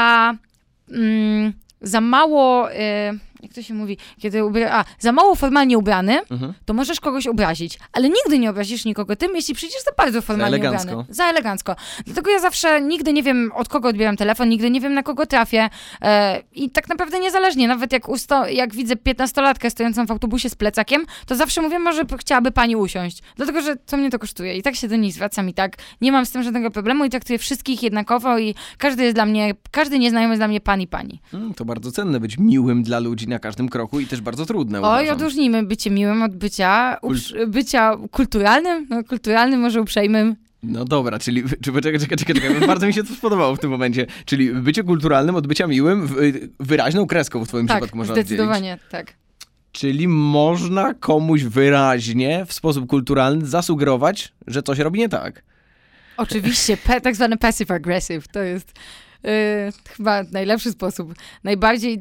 za mało... jak to się mówi, za mało formalnie ubrany, to możesz kogoś obrazić, ale nigdy nie obrazisz nikogo tym, jeśli przyjdziesz za bardzo formalnie ubrany. Za elegancko. Dlatego ja zawsze nigdy nie wiem, od kogo odbieram telefon, nigdy nie wiem, na kogo trafię i tak naprawdę niezależnie, nawet jak widzę 15-latkę stojącą w autobusie z plecakiem, to zawsze mówię, może chciałaby pani usiąść, dlatego, że co mnie to kosztuje i tak się do niej zwracam i tak nie mam z tym żadnego problemu i traktuję wszystkich jednakowo i każdy nieznajomy jest dla mnie pan i pani. To bardzo cenne być miłym dla ludzi na każdym kroku i też bardzo trudne, uważam. Odróżnijmy bycie miłym od bycia kulturalnym, kulturalnym, może uprzejmym. No dobra, czyli czekaj, bardzo mi się to spodobało w tym momencie. Czyli bycie kulturalnym od bycia miłym wyraźną kreską w twoim przypadku można oddzielić. Zdecydowanie, tak. Czyli można komuś wyraźnie, w sposób kulturalny zasugerować, że coś robi nie tak. Oczywiście, tak zwany passive-aggressive, to jest... chyba najlepszy sposób. Najbardziej,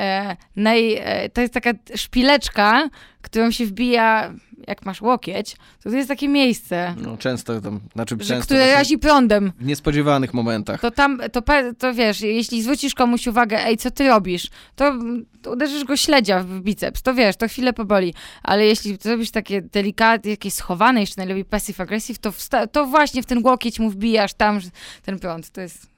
to jest taka szpileczka, którą się wbija, jak masz łokieć, to jest takie miejsce. No często tam, które razi prądem. W niespodziewanych momentach. To wiesz, jeśli zwrócisz komuś uwagę, ej, co ty robisz, to uderzysz go śledzia w biceps, to wiesz, to chwilę poboli. Ale jeśli zrobisz takie delikatne, jakieś schowane, jeszcze najlepiej passive-aggressive, to właśnie w ten łokieć mu wbijasz tam ten prąd. To jest...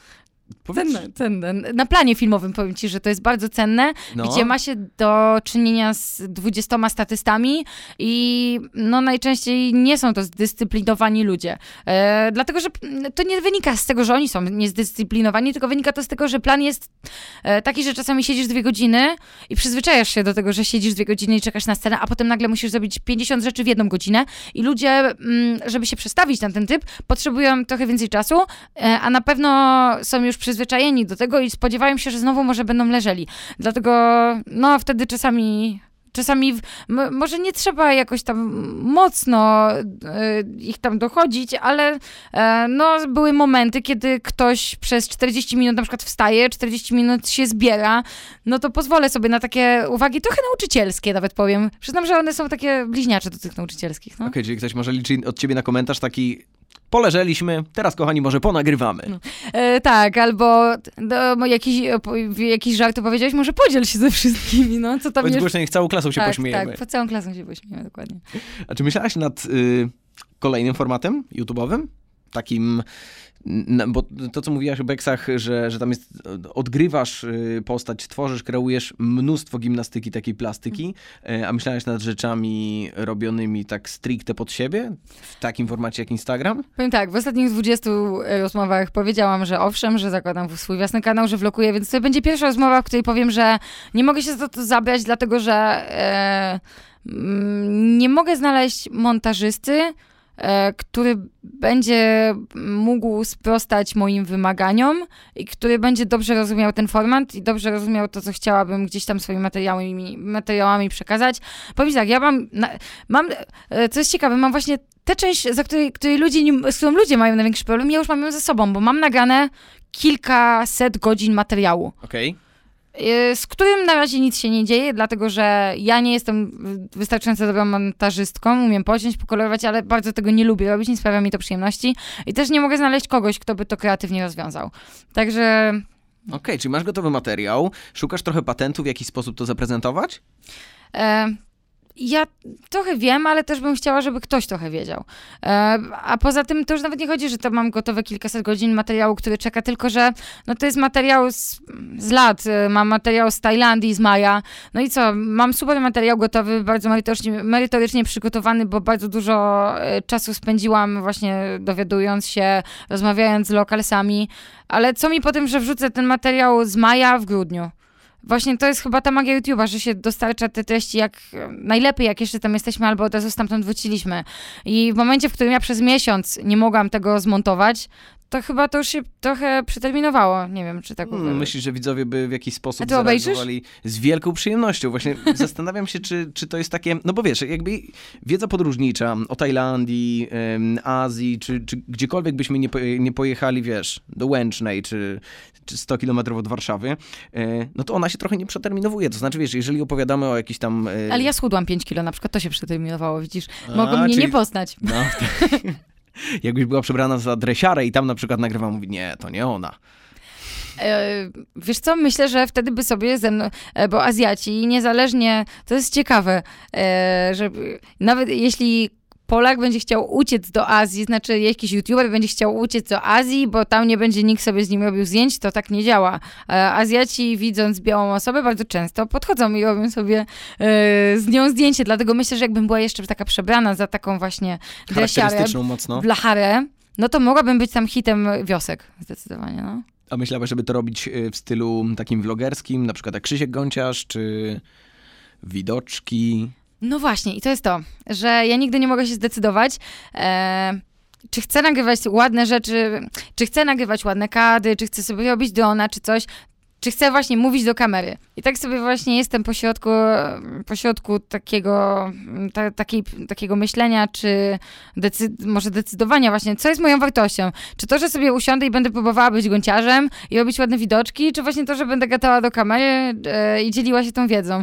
Cenne. Na planie filmowym powiem ci, że to jest bardzo cenne, gdzie ma się do czynienia z 20 statystami i no najczęściej nie są to zdyscyplinowani ludzie. Dlatego, że to nie wynika z tego, że oni są niezdyscyplinowani, tylko wynika to z tego, że plan jest taki, że czasami siedzisz 2 godziny i przyzwyczajasz się do tego, że siedzisz 2 godziny i czekasz na scenę, a potem nagle musisz zrobić 50 rzeczy w 1 godzinę i ludzie, żeby się przestawić na ten typ, potrzebują trochę więcej czasu, a na pewno są już przyzwyczajeni do tego i spodziewają się, że znowu może będą leżeli. Dlatego, no, wtedy czasami może nie trzeba jakoś tam mocno ich tam dochodzić, ale no, były momenty, kiedy ktoś przez 40 minut na przykład wstaje, 40 minut się zbiera, no to pozwolę sobie na takie uwagi trochę nauczycielskie nawet powiem. Przyznam, że one są takie bliźniacze do tych nauczycielskich. No. Okej, czyli ktoś może liczy od ciebie na komentarz taki: poleżeliśmy, teraz kochani może ponagrywamy. No. Tak, albo jakiś żart powiedziałeś, może podziel się ze wszystkimi, no co tam Powiedz głośno, niech całą klasą się pośmiejemy. Tak, całą klasą się pośmiejemy, dokładnie. A czy myślałaś nad kolejnym formatem YouTube'owym? Takim, bo to co mówiłaś o Beksach, że tam jest, odgrywasz postać, tworzysz, kreujesz mnóstwo gimnastyki, takiej plastyki, a myślałaś nad rzeczami robionymi tak stricte pod siebie, w takim formacie jak Instagram? Powiem tak, w ostatnich 20 rozmowach powiedziałam, że owszem, że zakładam swój własny kanał, że vloguję, więc to będzie pierwsza rozmowa, w której powiem, że nie mogę się za to zabrać, dlatego że nie mogę znaleźć montażysty, który będzie mógł sprostać moim wymaganiom i który będzie dobrze rozumiał ten format i dobrze rozumiał to, co chciałabym gdzieś tam swoimi materiałami przekazać. Powiem tak, ja mam, co jest ciekawe, mam właśnie tę część, z którą ludzie mają największy problem, ja już mam ją ze sobą, bo mam nagrane kilkaset godzin materiału. Okej. Z którym na razie nic się nie dzieje, dlatego że ja nie jestem wystarczająco dobrą montażystką, umiem pociąć, pokolorować, ale bardzo tego nie lubię robić, nie sprawia mi to przyjemności i też nie mogę znaleźć kogoś, kto by to kreatywnie rozwiązał. Także... Okej, czyli masz gotowy materiał, szukasz trochę patentu, w jaki sposób to zaprezentować? Ja trochę wiem, ale też bym chciała, żeby ktoś trochę wiedział. A poza tym to już nawet nie chodzi, że to mam gotowe kilkaset godzin materiału, który czeka, tylko że no to jest materiał z lat. Mam materiał z Tajlandii, z maja. No i co? Mam super materiał gotowy, bardzo merytorycznie przygotowany, bo bardzo dużo czasu spędziłam właśnie dowiadując się, rozmawiając z lokalsami. Ale co mi po tym, że wrzucę ten materiał z maja w grudniu? Właśnie to jest chyba ta magia YouTube'a, że się dostarcza te treści jak najlepiej, jak jeszcze tam jesteśmy, albo od razu stamtąd wróciliśmy. I w momencie, w którym ja przez miesiąc nie mogłam tego zmontować, to chyba to już się trochę przeterminowało. Nie wiem, czy tak... Myślisz, że widzowie by w jakiś sposób zareagowali z wielką przyjemnością? Właśnie zastanawiam się, czy to jest takie... No bo wiesz, jakby wiedza podróżnicza o Tajlandii, Azji, czy gdziekolwiek byśmy nie pojechali, wiesz, do Łęcznej, czy 100 kilometrów od Warszawy, no to ona się trochę nie przeterminowuje. To znaczy, wiesz, jeżeli opowiadamy o jakiś tam... Ale ja schudłam 5 kilo, na przykład to się przeterminowało, widzisz? Mogą mnie nie poznać. No, jakbyś była przebrana za dresiarę i tam na przykład nagrywa, mówi, nie, to nie ona. Wiesz co, myślę, że wtedy by sobie ze mną, bo Azjaci niezależnie, to jest ciekawe, że nawet jeśli Polak będzie chciał uciec do Azji, znaczy jakiś YouTuber będzie chciał uciec do Azji, bo tam nie będzie nikt sobie z nim robił zdjęć, to tak nie działa. Azjaci, widząc białą osobę, bardzo często podchodzą i robią sobie z nią zdjęcie, dlatego myślę, że jakbym była jeszcze taka przebrana za taką właśnie dresiarę, blacharę, no to mogłabym być tam hitem wiosek, zdecydowanie, no. A myślałaś, żeby to robić w stylu takim vlogerskim, na przykład jak Krzysiek Gonciarz, czy Widoczki? No właśnie, i to jest to, że ja nigdy nie mogę się zdecydować, czy chcę nagrywać ładne rzeczy, czy chcę nagrywać ładne kadry, czy chcę sobie robić drona, czy coś. czy chcę właśnie mówić do kamery. I tak sobie właśnie jestem po środku takiego myślenia, czy może decydowania właśnie, co jest moją wartością. Czy to, że sobie usiądę i będę próbowała być gąciarzem i robić ładne widoczki, czy właśnie to, że będę gadała do kamery i dzieliła się tą wiedzą.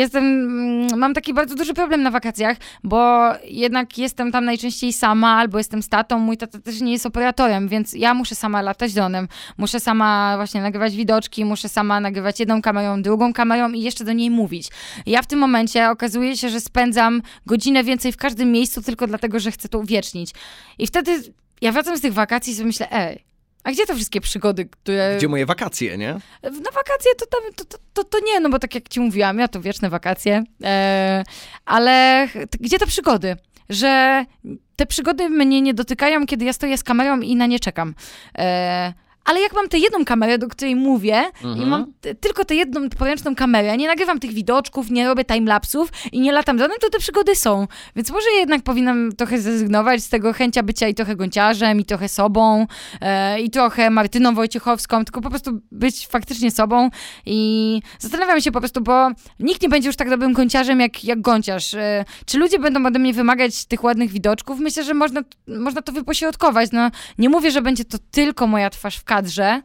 Mam taki bardzo duży problem na wakacjach, bo jednak jestem tam najczęściej sama, albo jestem z tatą, mój tata też nie jest operatorem, więc ja muszę sama latać dronem, muszę sama właśnie nagrywać widoczki, muszę sama nagrywać jedną kamerą, drugą kamerą i jeszcze do niej mówić. Ja w tym momencie okazuje się, że spędzam godzinę więcej w każdym miejscu tylko dlatego, że chcę to uwiecznić. I wtedy ja wracam z tych wakacji i sobie myślę, a gdzie te wszystkie przygody, które... Gdzie moje wakacje, nie? Na wakacje to nie, no bo tak jak ci mówiłam, ja to wieczne wakacje, ale gdzie te przygody? Że te przygody mnie nie dotykają, kiedy ja stoję z kamerą i na nie czekam. Ale jak mam tę jedną kamerę, do której mówię i mam tylko tę jedną poręczną kamerę, nie nagrywam tych widoczków, nie robię timelapsów i nie latam dronem, to te przygody są. Więc może jednak powinnam trochę zrezygnować z tego chęcia bycia i trochę gąciarzem, i trochę sobą, i trochę Martyną Wojciechowską, tylko po prostu być faktycznie sobą. I zastanawiam się po prostu, bo nikt nie będzie już tak dobrym gąciarzem jak gąciarz. Czy ludzie będą ode mnie wymagać tych ładnych widoczków? Myślę, że można to wypośrodkować. No, nie mówię, że będzie to tylko moja twarz w kadrze,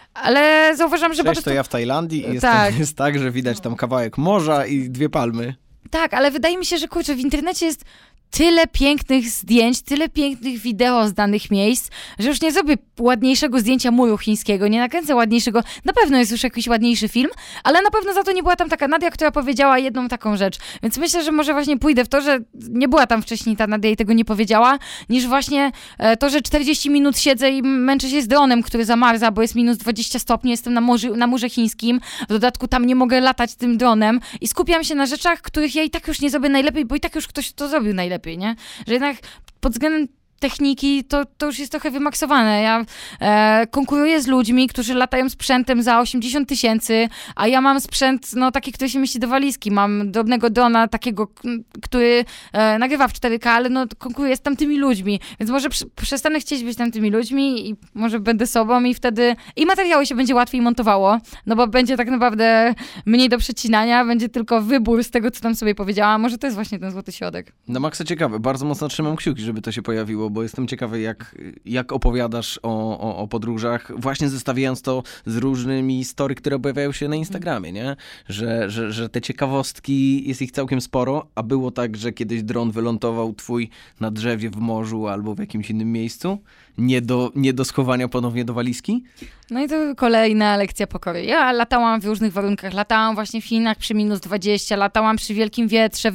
ale zauważam, że po prostu... to ja w Tajlandii i tak. Jest tak, że widać tam kawałek morza i 2 palmy. Tak, ale wydaje mi się, że kurczę, w internecie jest tyle pięknych zdjęć, tyle pięknych wideo z danych miejsc, że już nie zrobię ładniejszego zdjęcia muru chińskiego, nie nakręcę ładniejszego, na pewno jest już jakiś ładniejszy film, ale na pewno za to nie była tam taka Nadia, która powiedziała jedną taką rzecz. Więc myślę, że może właśnie pójdę w to, że nie była tam wcześniej ta Nadia i tego nie powiedziała, niż właśnie to, że 40 minut siedzę i męczę się z dronem, który zamarza, bo jest minus 20 stopni, jestem na murze chińskim, w dodatku tam nie mogę latać tym dronem i skupiam się na rzeczach, których ja i tak już nie zrobię najlepiej, bo i tak już ktoś to zrobił najlepiej. Nie? Że jednak pod względem techniki to już jest trochę wymaksowane. Ja konkuruję z ludźmi, którzy latają sprzętem za 80 000, a ja mam sprzęt taki, który się mieści do walizki. Mam drobnego drona takiego, który nagrywa w 4K, ale konkuruję z tamtymi ludźmi. Więc może przestanę chcieć być tamtymi ludźmi i może będę sobą i wtedy i materiały się będzie łatwiej montowało, bo będzie tak naprawdę mniej do przecinania, będzie tylko wybór z tego, co tam sobie powiedziałam. Może to jest właśnie ten złoty środek. Na maksa ciekawe. Bardzo mocno trzymam kciuki, żeby to się pojawiło, bo jestem ciekawy, jak opowiadasz o podróżach, właśnie zestawiając to z różnymi story, które pojawiają się na Instagramie, nie? Że te ciekawostki, jest ich całkiem sporo, a było tak, że kiedyś dron wylądował twój na drzewie w morzu albo w jakimś innym miejscu, nie do schowania ponownie do walizki? No i to kolejna lekcja pokory. Ja latałam w różnych warunkach. Latałam właśnie w Chinach przy minus 20, latałam przy wielkim wietrze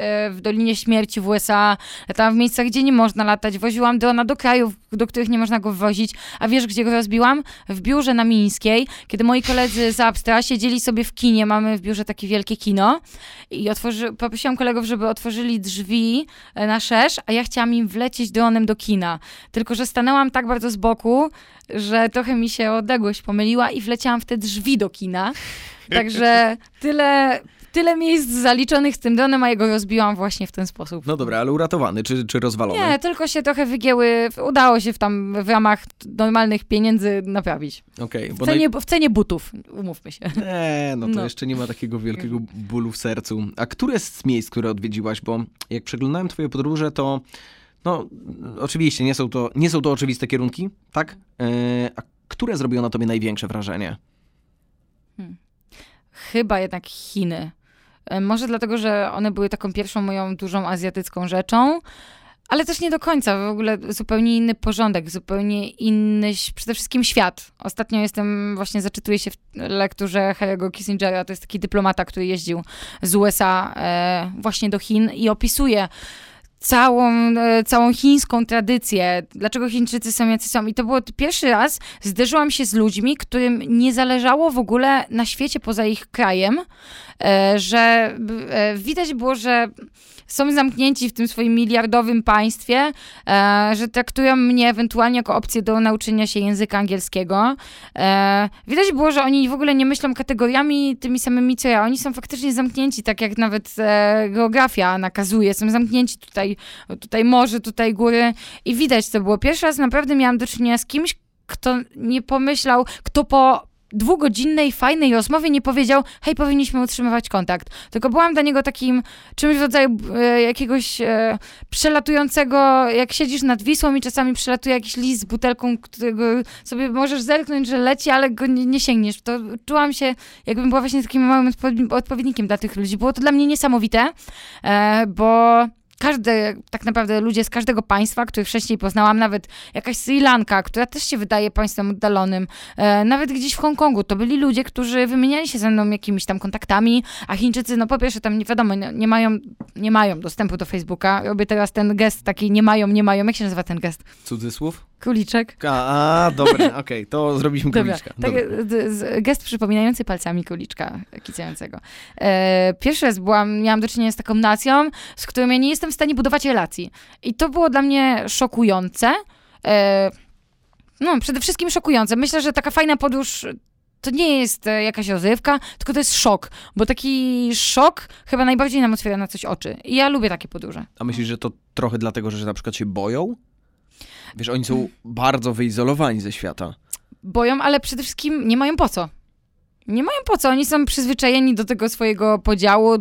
w Dolinie Śmierci w USA, latałam w miejscach, gdzie nie można latać, woziłam drona do krajów, do których nie można go wwozić. A wiesz, gdzie go rozbiłam? W biurze na Mińskiej, kiedy moi koledzy z Abstra siedzieli sobie w kinie, mamy w biurze takie wielkie kino i poprosiłam kolegów, żeby otworzyli drzwi na szerz, a ja chciałam im wlecieć dronem do kina. Tylko że stanęłam tak bardzo z boku, że trochę mi się odległość pomyliła i wleciałam w te drzwi do kina. Także tyle miejsc zaliczonych z tym dronem, a jego rozbiłam właśnie w ten sposób. No dobra, ale uratowany czy rozwalony? Nie, tylko się trochę wygięły, udało się w ramach normalnych pieniędzy naprawić. Okay, w cenie butów, umówmy się. To jeszcze nie ma takiego wielkiego bólu w sercu. A które z miejsc, które odwiedziłaś, bo jak przeglądałem twoje podróże, to oczywiście nie są to oczywiste kierunki, tak? A które zrobiło na tobie największe wrażenie? Chyba jednak Chiny. Może dlatego, że one były taką pierwszą moją dużą azjatycką rzeczą, ale też nie do końca. W ogóle zupełnie inny porządek, zupełnie inny przede wszystkim świat. Ostatnio zaczytuję się w lekturze Harry'ego Kissingera, to jest taki dyplomata, który jeździł z USA właśnie do Chin i opisuje całą chińską tradycję, dlaczego Chińczycy są jacy są. I to było pierwszy raz, zderzyłam się z ludźmi, którym nie zależało w ogóle na świecie poza ich krajem, że widać było, że są zamknięci w tym swoim miliardowym państwie, że traktują mnie ewentualnie jako opcję do nauczenia się języka angielskiego. Widać było, że oni w ogóle nie myślą kategoriami tymi samymi co ja. Oni są faktycznie zamknięci, tak jak nawet geografia nakazuje. Są zamknięci tutaj morze, tutaj góry i widać to było. Pierwszy raz naprawdę miałam do czynienia z kimś, kto nie pomyślał, kto po dwugodzinnej, fajnej rozmowie nie powiedział, hej, powinniśmy utrzymywać kontakt. Tylko byłam dla niego takim czymś w rodzaju jakiegoś przelatującego, jak siedzisz nad Wisłą i czasami przelatuje jakiś list z butelką, którego sobie możesz zerknąć, że leci, ale go nie sięgniesz. To czułam się, jakbym była właśnie takim małym odpowiednikiem dla tych ludzi. Było to dla mnie niesamowite, bo tak naprawdę ludzie z każdego państwa, których wcześniej poznałam, nawet jakaś Sri Lanka, która też się wydaje państwem oddalonym, nawet gdzieś w Hongkongu, to byli ludzie, którzy wymieniali się ze mną jakimiś tam kontaktami, a Chińczycy, no po pierwsze tam nie wiadomo, nie mają dostępu do Facebooka. Robię teraz ten gest taki nie mają, jak się nazywa ten gest? Cudzysłów? Króliczek. Dobra, okej, to zrobiliśmy króliczka. Tak, gest przypominający palcami króliczka kicującego. Pierwszy raz miałam do czynienia z taką nacją, z którą ja nie jestem w stanie budować relacji. I to było dla mnie szokujące. Przede wszystkim szokujące. Myślę, że taka fajna podróż to nie jest jakaś rozrywka, tylko to jest szok. Bo taki szok chyba najbardziej nam otwiera na coś oczy. I ja lubię takie podróże. A myślisz, że to trochę dlatego, że na przykład się boją? Wiesz, oni są bardzo wyizolowani ze świata. Boją, ale przede wszystkim nie mają po co. Nie mają po co. Oni są przyzwyczajeni do tego swojego podziału,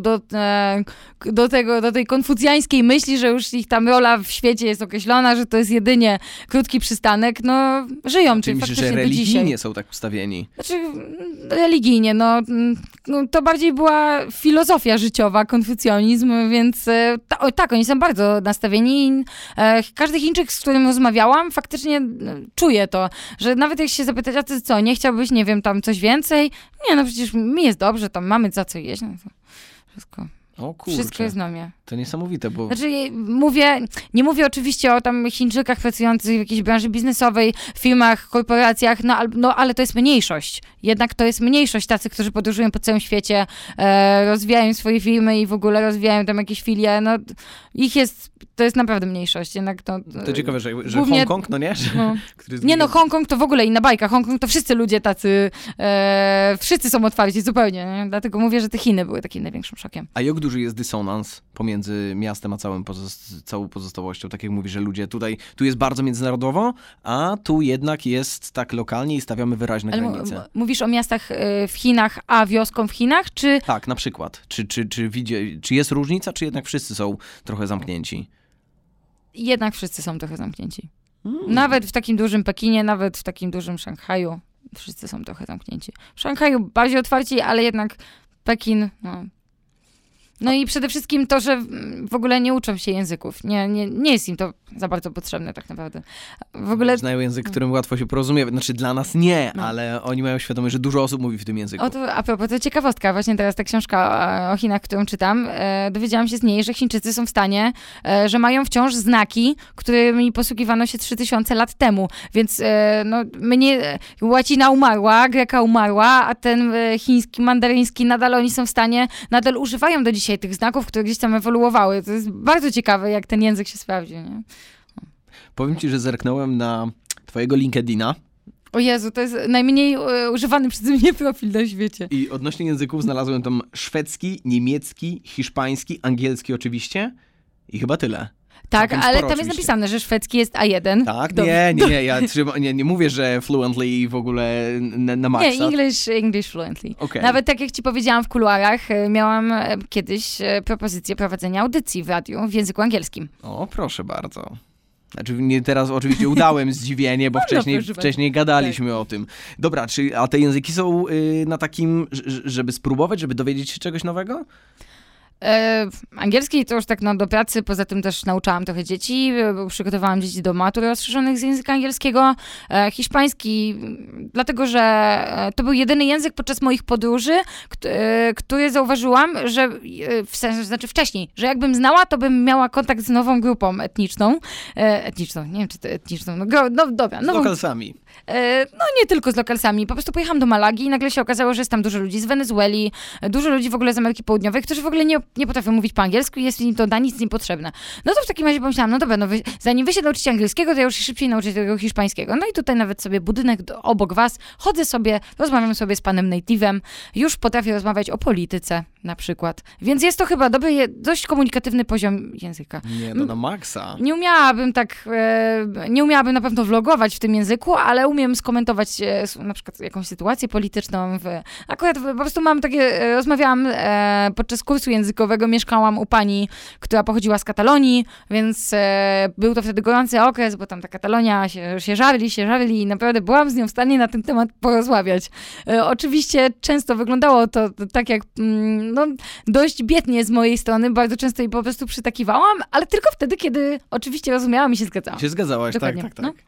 do tej konfucjańskiej myśli, że już ich tam rola w świecie jest określona, że to jest jedynie krótki przystanek. No, żyją. Czyli myślisz, że religijnie są tak ustawieni? Znaczy, religijnie, to bardziej była filozofia życiowa, konfucjonizm, więc tak, oni są bardzo nastawieni. Każdy Chińczyk, z którym rozmawiałam, faktycznie czuje to, że nawet jak się zapytać, a ty co, nie chciałbyś, nie wiem, tam coś więcej? Nie, no przecież mi jest dobrze, tam mamy za co jeść, no to wszystko. O kurczę. Wszystko jest na mnie. To niesamowite, bo... Znaczy, nie mówię oczywiście o tam Chińczykach pracujących w jakiejś branży biznesowej, firmach, korporacjach, ale to jest mniejszość. Jednak to jest mniejszość tacy, którzy podróżują po całym świecie, rozwijają swoje firmy i w ogóle rozwijają tam jakieś filie, to jest naprawdę mniejszość. Jednak to ciekawe, że głównie, Hongkong, no nie? Hongkong to w ogóle inna bajka. Hongkong to wszyscy ludzie tacy, wszyscy są otwarci zupełnie, nie? Dlatego mówię, że te Chiny były takim największym szokiem. A jak duży jest dysonans pomiędzy miastem a całą pozostałością? Tak jak mówisz, że ludzie tu jest bardzo międzynarodowo, a tu jednak jest tak lokalnie i stawiamy wyraźne granice. Mówisz o miastach w Chinach, a wioską w Chinach, czy... Tak, na przykład. Czy jest różnica, czy jednak wszyscy są trochę zamknięci? Jednak wszyscy są trochę zamknięci. Nawet w takim dużym Pekinie, nawet w takim dużym Szanghaju wszyscy są trochę zamknięci. W Szanghaju bardziej otwarci, ale jednak Pekin... No i przede wszystkim to, że w ogóle nie uczą się języków. Nie jest im to za bardzo potrzebne tak naprawdę. W ogóle... Znają język, którym łatwo się porozumiewać. Znaczy dla nas nie, ale oni mają świadomość, że dużo osób mówi w tym języku. A propos, to ciekawostka. Właśnie teraz ta książka o Chinach, którą czytam, dowiedziałam się z niej, że Chińczycy są w stanie, że mają wciąż znaki, którymi posługiwano się 3000 lat temu. Więc łacina umarła, greka umarła, a ten chiński, mandaryński nadal oni są w stanie, nadal używają do dzisiaj tych znaków, które gdzieś tam ewoluowały. To jest bardzo ciekawe, jak ten język się sprawdził. Nie? Powiem ci, że zerknąłem na twojego LinkedIna. O Jezu, to jest najmniej używany przeze mnie profil na świecie. I odnośnie języków znalazłem tam szwedzki, niemiecki, hiszpański, angielski oczywiście i chyba tyle. Tak, ale tam jest napisane, że szwedzki jest A1. Tak, ja nie mówię, że fluently i w ogóle na maksa. Nie, English fluently. Okay. Nawet tak jak ci powiedziałam w kuluarach, miałam kiedyś propozycję prowadzenia audycji w radiu w języku angielskim. O, proszę bardzo. Znaczy, teraz oczywiście udałem zdziwienie, bo wcześniej gadaliśmy o tym. Dobra, a te języki są na takim, żeby spróbować, żeby dowiedzieć się czegoś nowego? Angielski to już tak do pracy, poza tym też nauczałam trochę dzieci, przygotowałam dzieci do matur rozszerzonych z języka angielskiego. Hiszpański, dlatego że to był jedyny język podczas moich podróży, który zauważyłam, że znaczy wcześniej, że jakbym znała, to bym miała kontakt z nową grupą etniczną, nie wiem czy to etniczną, dobra. Z lokalsami. Nie tylko z lokalsami, po prostu pojechałam do Malagi i nagle się okazało, że jest tam dużo ludzi z Wenezueli, dużo ludzi w ogóle z Ameryki Południowej, którzy w ogóle nie potrafią mówić po angielsku i jest im to na nic niepotrzebne. No to w takim razie pomyślałam, no dobra, zanim wy się nauczycie angielskiego, to ja już się szybciej nauczę tego hiszpańskiego. No i tutaj nawet sobie budynek obok was, chodzę sobie, rozmawiam sobie z panem native'em, już potrafię rozmawiać o polityce na przykład. Więc jest to chyba dobry, dość komunikatywny poziom języka. Nie, no na maksa. Nie umiałabym na pewno vlogować w tym języku, ale umiem skomentować na przykład jakąś sytuację polityczną. Akurat po prostu rozmawiałam podczas kursu językowego, mieszkałam u pani, która pochodziła z Katalonii, więc był to wtedy gorący okres, bo tam ta Katalonia się żarli i naprawdę byłam z nią w stanie na ten temat porozmawiać. Oczywiście często wyglądało to tak jak dość biednie z mojej strony, bardzo często jej po prostu przytakiwałam, ale tylko wtedy, kiedy oczywiście rozumiałam i się zgadzałam. Się zgadzałaś, dokładnie. Tak. No.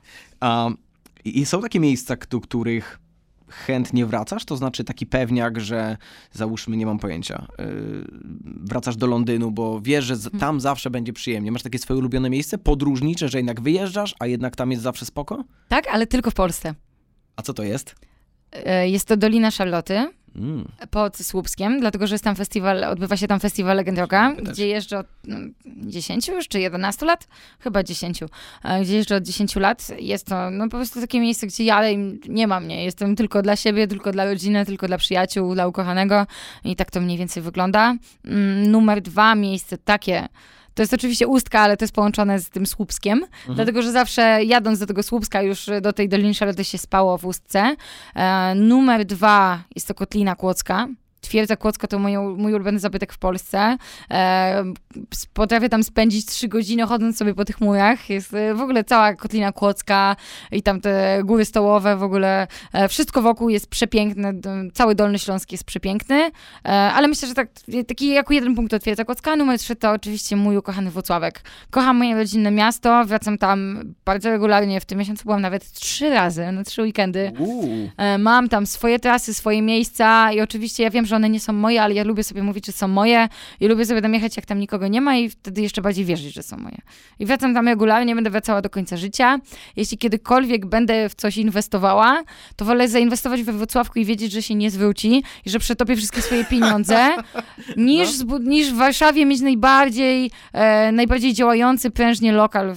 I są takie miejsca, do których chętnie wracasz? To znaczy taki pewniak, że załóżmy, nie mam pojęcia, wracasz do Londynu, bo wiesz, że tam zawsze będzie przyjemnie. Masz takie swoje ulubione miejsce podróżnicze, że jednak wyjeżdżasz, a jednak tam jest zawsze spoko? Tak, ale tylko w Polsce. A co to jest? Jest to Dolina Szarloty. Pod Słupskiem, dlatego, że odbywa się tam festiwal Legend Rocka, gdzie jeżdżę od 10 już, czy 11 lat? Chyba 10. Gdzie jeżdżę od 10 lat. Jest to po prostu takie miejsce, gdzie ja nie ma mnie. Jestem tylko dla siebie, tylko dla rodziny, tylko dla przyjaciół, dla ukochanego i tak to mniej więcej wygląda. Numer 2 miejsce takie. To jest oczywiście Ustka, ale to jest połączone z tym Słupskiem, dlatego, że zawsze jadąc do tego Słupska już do tej Doliny Szarloty się spało w Ustce. Numer 2 jest to Kotlina Kłodzka. Twierdza Kłodzka to mój ulubiony zabytek w Polsce. Potrafię tam spędzić 3 godziny chodząc sobie po tych murach. Jest w ogóle cała Kotlina Kłodzka i tam te góry stołowe, w ogóle wszystko wokół jest przepiękne. Cały Dolny Śląsk jest przepiękny. Ale myślę, że taki jako jeden punkt to Twierdza Kłodzka. Numer 3 to oczywiście mój ukochany Włocławek. Kocham moje rodzinne miasto. Wracam tam bardzo regularnie. W tym miesiącu byłam nawet 3 razy, na 3 weekendy. Mam tam swoje trasy, swoje miejsca i oczywiście ja wiem, że one nie są moje, ale ja lubię sobie mówić, że są moje i lubię sobie tam jechać, jak tam nikogo nie ma i wtedy jeszcze bardziej wierzyć, że są moje. I wracam tam regularnie, będę wracała do końca życia. Jeśli kiedykolwiek będę w coś inwestowała, to wolę zainwestować we Wrocławku i wiedzieć, że się nie zwróci i że przetopię wszystkie swoje pieniądze, niż w Warszawie mieć najbardziej działający prężnie lokal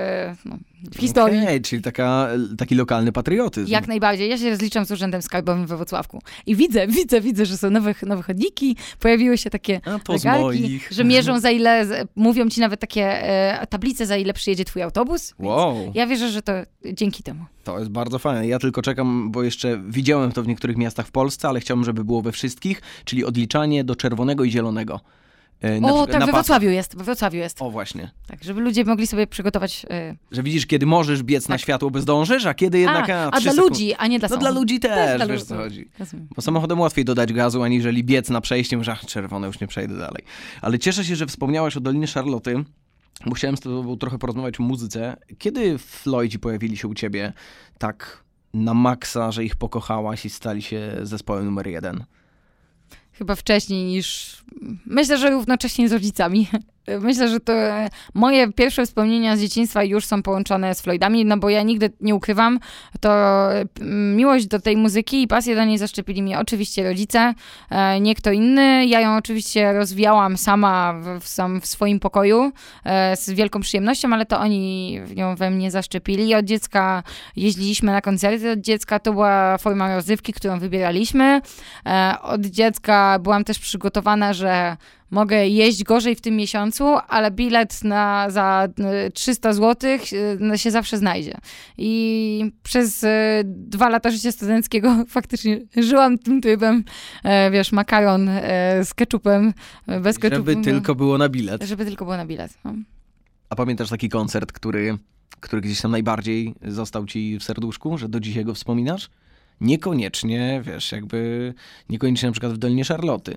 w historii. Okej, czyli taki lokalny patriotyzm. Jak najbardziej. Ja się rozliczam z Urzędem Skarbowym we Wrocławku. I widzę, że są nowe chodniki, pojawiły się takie regalki, że mierzą za ile, mówią ci nawet takie tablice, za ile przyjedzie twój autobus. Wow. Ja wierzę, że to dzięki temu. To jest bardzo fajne. Ja tylko czekam, bo jeszcze widziałem to w niektórych miastach w Polsce, ale chciałbym, żeby było we wszystkich, czyli odliczanie do czerwonego i zielonego. Tak, we Wrocławiu jest. O, właśnie. Tak, żeby ludzie mogli sobie przygotować... Że widzisz, kiedy możesz biec na światło, by zdążysz, a kiedy jednak... A dla ludzi, a nie dla samochodów. No dla ludzi też, wiesz co chodzi. Rozumiem. Bo samochodem łatwiej dodać gazu, aniżeli biec na przejściem, że czerwone, już nie przejdę dalej. Ale cieszę się, że wspomniałaś o Dolinie Szarloty, bo chciałem z tobą trochę porozmawiać o muzyce. Kiedy Floydzi pojawili się u ciebie tak na maksa, że ich pokochałaś i stali się zespołem numer 1? Chyba wcześniej niż... Myślę, że równocześnie z rodzicami. Myślę, że to moje pierwsze wspomnienia z dzieciństwa już są połączone z Floydami, bo ja nigdy nie ukrywam, to miłość do tej muzyki i pasję do niej zaszczepili mi oczywiście rodzice, nie kto inny. Ja ją oczywiście rozwijałam sama w swoim pokoju z wielką przyjemnością, ale to oni ją we mnie zaszczepili. Od dziecka jeździliśmy na koncerty, od dziecka to była forma rozrywki, którą wybieraliśmy. Od dziecka byłam też przygotowana, że mogę jeść gorzej w tym miesiącu, ale bilet za 300 zł się zawsze znajdzie. I przez 2 lata życia studenckiego faktycznie żyłam tym trybem, makaron z ketchupem, bez ketchupu. Żeby tylko było na bilet. Żeby tylko było na bilet. No. A pamiętasz taki koncert, który gdzieś tam najbardziej został ci w serduszku, że do dzisiaj go wspominasz? Niekoniecznie, niekoniecznie na przykład w Dolinie Szarloty.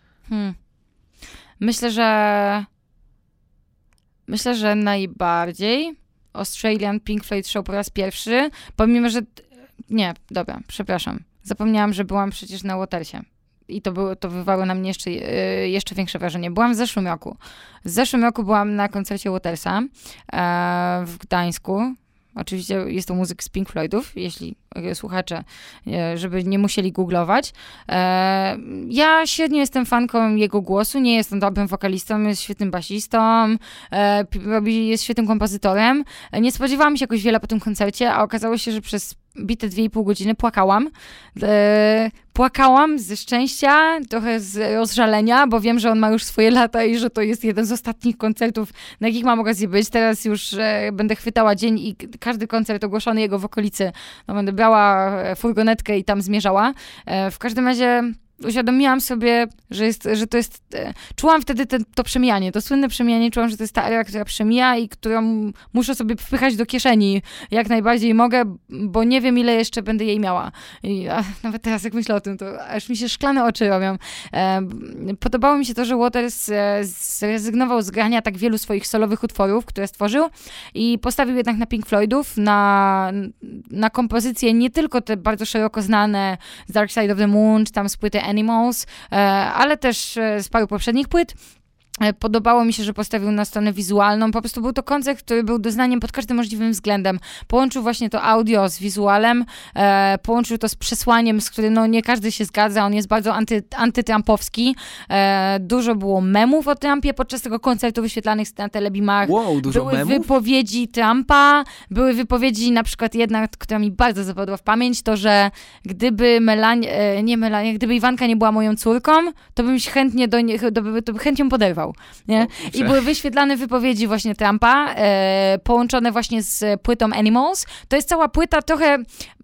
Myślę, że najbardziej Australian Pink Floyd Show po raz pierwszy, pomimo, że... Nie, dobra, przepraszam. Zapomniałam, że byłam przecież na Watersie. I to wywarło na mnie jeszcze większe wrażenie. Byłam w zeszłym roku. W zeszłym roku byłam na koncercie Watersa w Gdańsku. Oczywiście jest to muzyk z Pink Floydów, jeśli słuchacze, żeby nie musieli googlować. Ja średnio jestem fanką jego głosu, nie jestem dobrym wokalistą, jest świetnym basistą, jest świetnym kompozytorem. Nie spodziewałam się jakoś wiele po tym koncercie, a okazało się, że przez bite 2,5 godziny płakałam. Płakałam ze szczęścia, trochę z rozżalenia, bo wiem, że on ma już swoje lata i że to jest jeden z ostatnich koncertów, na jakich mam okazję być. Teraz już będę chwytała dzień i każdy koncert ogłoszony jego w okolicy, no będę brała furgonetkę i tam zmierzała. W każdym razie uświadomiłam sobie, że to jest... Czułam wtedy to przemijanie, to słynne przemijanie, czułam, że to jest ta era, która przemija i którą muszę sobie wpychać do kieszeni jak najbardziej mogę, bo nie wiem, ile jeszcze będę jej miała. I nawet teraz, jak myślę o tym, to aż mi się szklane oczy robią. Podobało mi się to, że Waters zrezygnował z grania tak wielu swoich solowych utworów, które stworzył i postawił jednak na Pink Floydów, na kompozycje nie tylko te bardzo szeroko znane z Dark Side of the Moon, czy tam z płyty Animals, ale też z paru poprzednich płyt. Podobało mi się, że postawił na stronę wizualną. Po prostu był to koncert, który był doznaniem pod każdym możliwym względem. Połączył właśnie to audio z wizualem, połączył to z przesłaniem, z którym no, nie każdy się zgadza. On jest bardzo antytrumpowski. Dużo było memów o Trumpie podczas tego koncertu wyświetlanych na telebimach. Wow, dużo były memów? Wypowiedzi Trumpa, były wypowiedzi, na przykład jedna, która mi bardzo zapadła w pamięć, to, że gdyby gdyby Iwanka nie była moją córką, to bym się chętnie chętnie poderwał. Nie? I były wyświetlane wypowiedzi właśnie Trumpa, połączone właśnie z płytą Animals. To jest cała płyta trochę...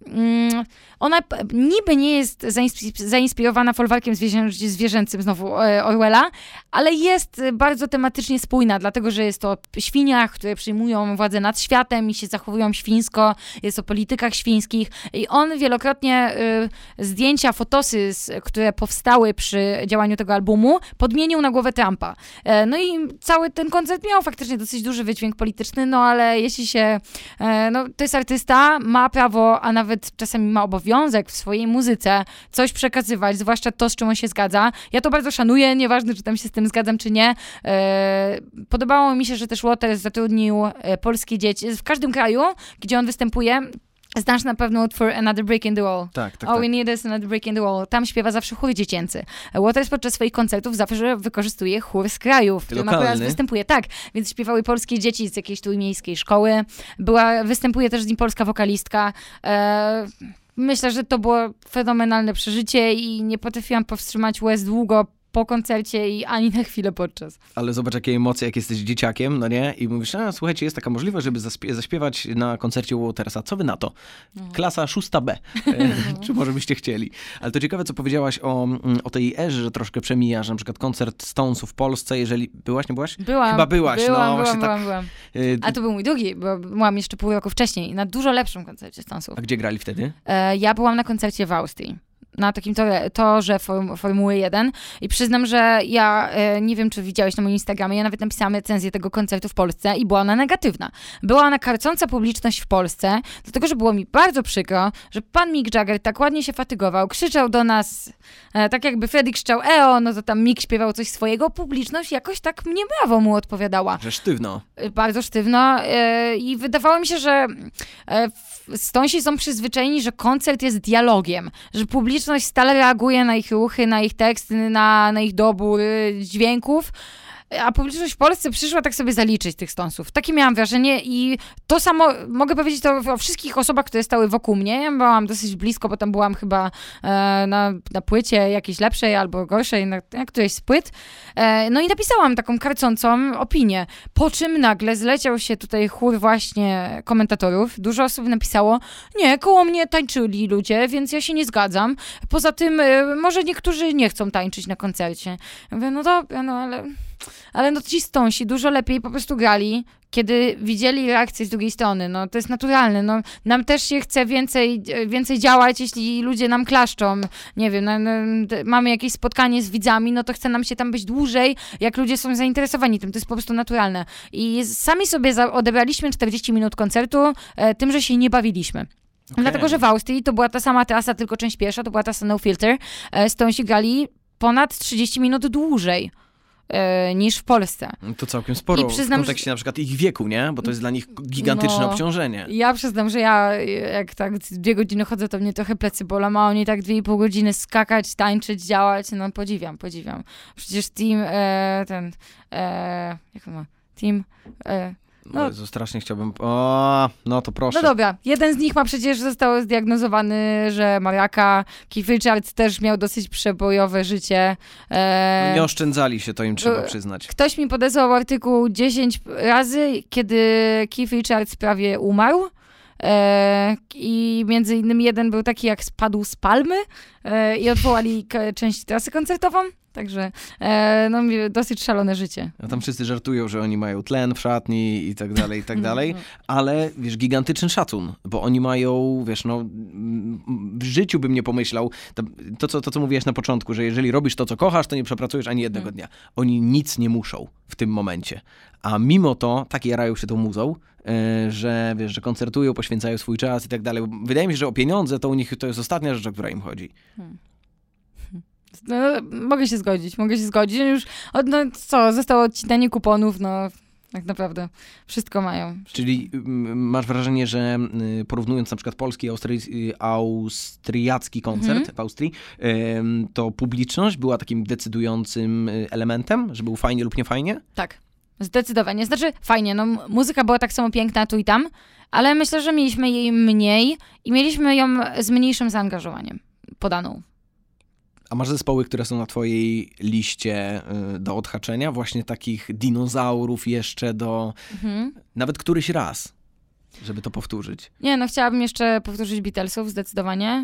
Ona niby nie jest zainspirowana folwarkiem zwierzęcym znowu Orwella, ale jest bardzo tematycznie spójna, dlatego że jest to o świniach, które przyjmują władzę nad światem i się zachowują świńsko, jest o politykach świńskich i on wielokrotnie zdjęcia, fotosy, które powstały przy działaniu tego albumu, podmienił na głowę Trumpa. No i cały ten koncert miał faktycznie dosyć duży wydźwięk polityczny, no ale jeśli się... No, to jest artysta, ma prawo, a nawet czasami ma obowiązek w swojej muzyce coś przekazywać, zwłaszcza to, z czym on się zgadza. Ja to bardzo szanuję, nieważne, czy tam się z tym zgadzam, czy nie. Podobało mi się, że też Waters zatrudnił polskie dzieci. W każdym kraju, gdzie on występuje, znasz na pewno utwór Another Brick in the Wall. Tak. All we need is another brick in the wall. Tam śpiewa zawsze chór dziecięcy. Waters podczas swoich koncertów zawsze wykorzystuje chór z kraju, w którym akurat występuje. Tak, więc śpiewały polskie dzieci z jakiejś trójmiejskiej szkoły. Występuje też z nim polska wokalistka. Myślę, że to było fenomenalne przeżycie i nie potrafiłam powstrzymać łez długo po koncercie i ani na chwilę podczas. Ale zobacz, jakie emocje, jak jesteś dzieciakiem, no nie? I mówisz, słuchajcie, jest taka możliwość, żeby zaśpiewać na koncercie Watersa. Co wy na to? Klasa 6B. Czy może byście chcieli? Ale to ciekawe, co powiedziałaś o tej erze, że troszkę przemijasz. Na przykład koncert Stonesów w Polsce, jeżeli... Byłaś, nie byłaś? Byłam. Chyba byłaś. Byłam. A to był mój drugi, bo byłam jeszcze pół roku wcześniej na dużo lepszym koncercie Stonesów. A gdzie grali wtedy? Ja byłam na koncercie w Austrii. Na takim torze Formuły 1 i przyznam, że ja nie wiem, czy widziałeś na moim Instagramie, ja nawet napisałam recenzję tego koncertu w Polsce i była ona negatywna. Była ona karcąca publiczność w Polsce, dlatego, że było mi bardzo przykro, że pan Mick Jagger tak ładnie się fatygował, krzyczał do nas, tak jakby Freddie krzyczał EO, no to tam Mick śpiewał coś swojego, publiczność jakoś tak mnie brawo mu odpowiadała. Że sztywno. Bardzo sztywno i wydawało mi się, że Stonesi są przyzwyczajeni, że koncert jest dialogiem, że publiczność stale reaguje na ich ruchy, na ich teksty, na ich dobór dźwięków, a publiczność w Polsce przyszła tak sobie zaliczyć tych Stonesów. Takie miałam wrażenie i to samo, mogę powiedzieć to o wszystkich osobach, które stały wokół mnie. Ja byłam dosyć blisko, bo tam byłam chyba na płycie jakiejś lepszej albo gorszej, na którejś z płyt. No i napisałam taką karcącą opinię. Po czym nagle zleciał się tutaj chór właśnie komentatorów. Dużo osób napisało, nie, koło mnie tańczyli ludzie, więc ja się nie zgadzam. Poza tym może niektórzy nie chcą tańczyć na koncercie. Ja mówię, no dobra, no ale no ci Stonesi dużo lepiej po prostu grali, kiedy widzieli reakcję z drugiej strony. No to jest naturalne. No, nam też się chce więcej działać, jeśli ludzie nam klaszczą. Nie wiem, mamy jakieś spotkanie z widzami, no to chce nam się tam być dłużej, jak ludzie są zainteresowani tym. To jest po prostu naturalne. I sami sobie odebraliśmy 40 minut koncertu tym, że się nie bawiliśmy. Okay. Dlatego, że w Austrii to była ta sama trasa, tylko część pierwsza, to była trasa No Filter. Stonesi grali ponad 30 minut dłużej. niż w Polsce. To całkiem sporo I przyznam, w kontekście na przykład ich wieku, nie? Bo to jest dla nich gigantyczne obciążenie. Ja przyznam, że ja jak tak 2 godziny chodzę, to mnie trochę plecy bolą, a oni tak 2,5 godziny skakać, tańczyć, działać, no podziwiam. Przecież team, jak to ma? Team... No, Jezu, strasznie chciałbym... no to proszę. No dobra, jeden z nich został zdiagnozowany, że ma raka. Keith Richards też miał dosyć przebojowe życie. No nie oszczędzali się, to im trzeba przyznać. Ktoś mi podesłał artykuł 10 razy, kiedy Keith Richards prawie umarł. I między innymi jeden był taki, jak spadł z palmy i odwołali część trasy koncertową. Także dosyć szalone życie. A tam wszyscy żartują, że oni mają tlen w szatni i tak dalej, ale wiesz, gigantyczny szacun, bo oni mają, wiesz, no w życiu bym nie pomyślał, to co mówiłeś na początku, że jeżeli robisz to, co kochasz, to nie przepracujesz ani jednego dnia. Oni nic nie muszą w tym momencie, a mimo to tak jarają się tą muzą, że wiesz, że koncertują, poświęcają swój czas i tak dalej. Wydaje mi się, że o pieniądze to u nich to jest ostatnia rzecz, o która im chodzi. No, mogę się zgodzić. Już zostało odcinanie kuponów, no tak naprawdę wszystko mają. Czyli masz wrażenie, że porównując na przykład polski i austriacki koncert w Austrii, to publiczność była takim decydującym elementem, że był fajnie lub nie fajnie? Tak, zdecydowanie. Znaczy fajnie, no muzyka była tak samo piękna tu i tam, ale myślę, że mieliśmy jej mniej i mieliśmy ją z mniejszym zaangażowaniem podaną. A masz zespoły, które są na twojej liście do odhaczenia? Właśnie takich dinozaurów jeszcze nawet któryś raz, żeby to powtórzyć. Nie, no chciałabym jeszcze powtórzyć Beatlesów zdecydowanie.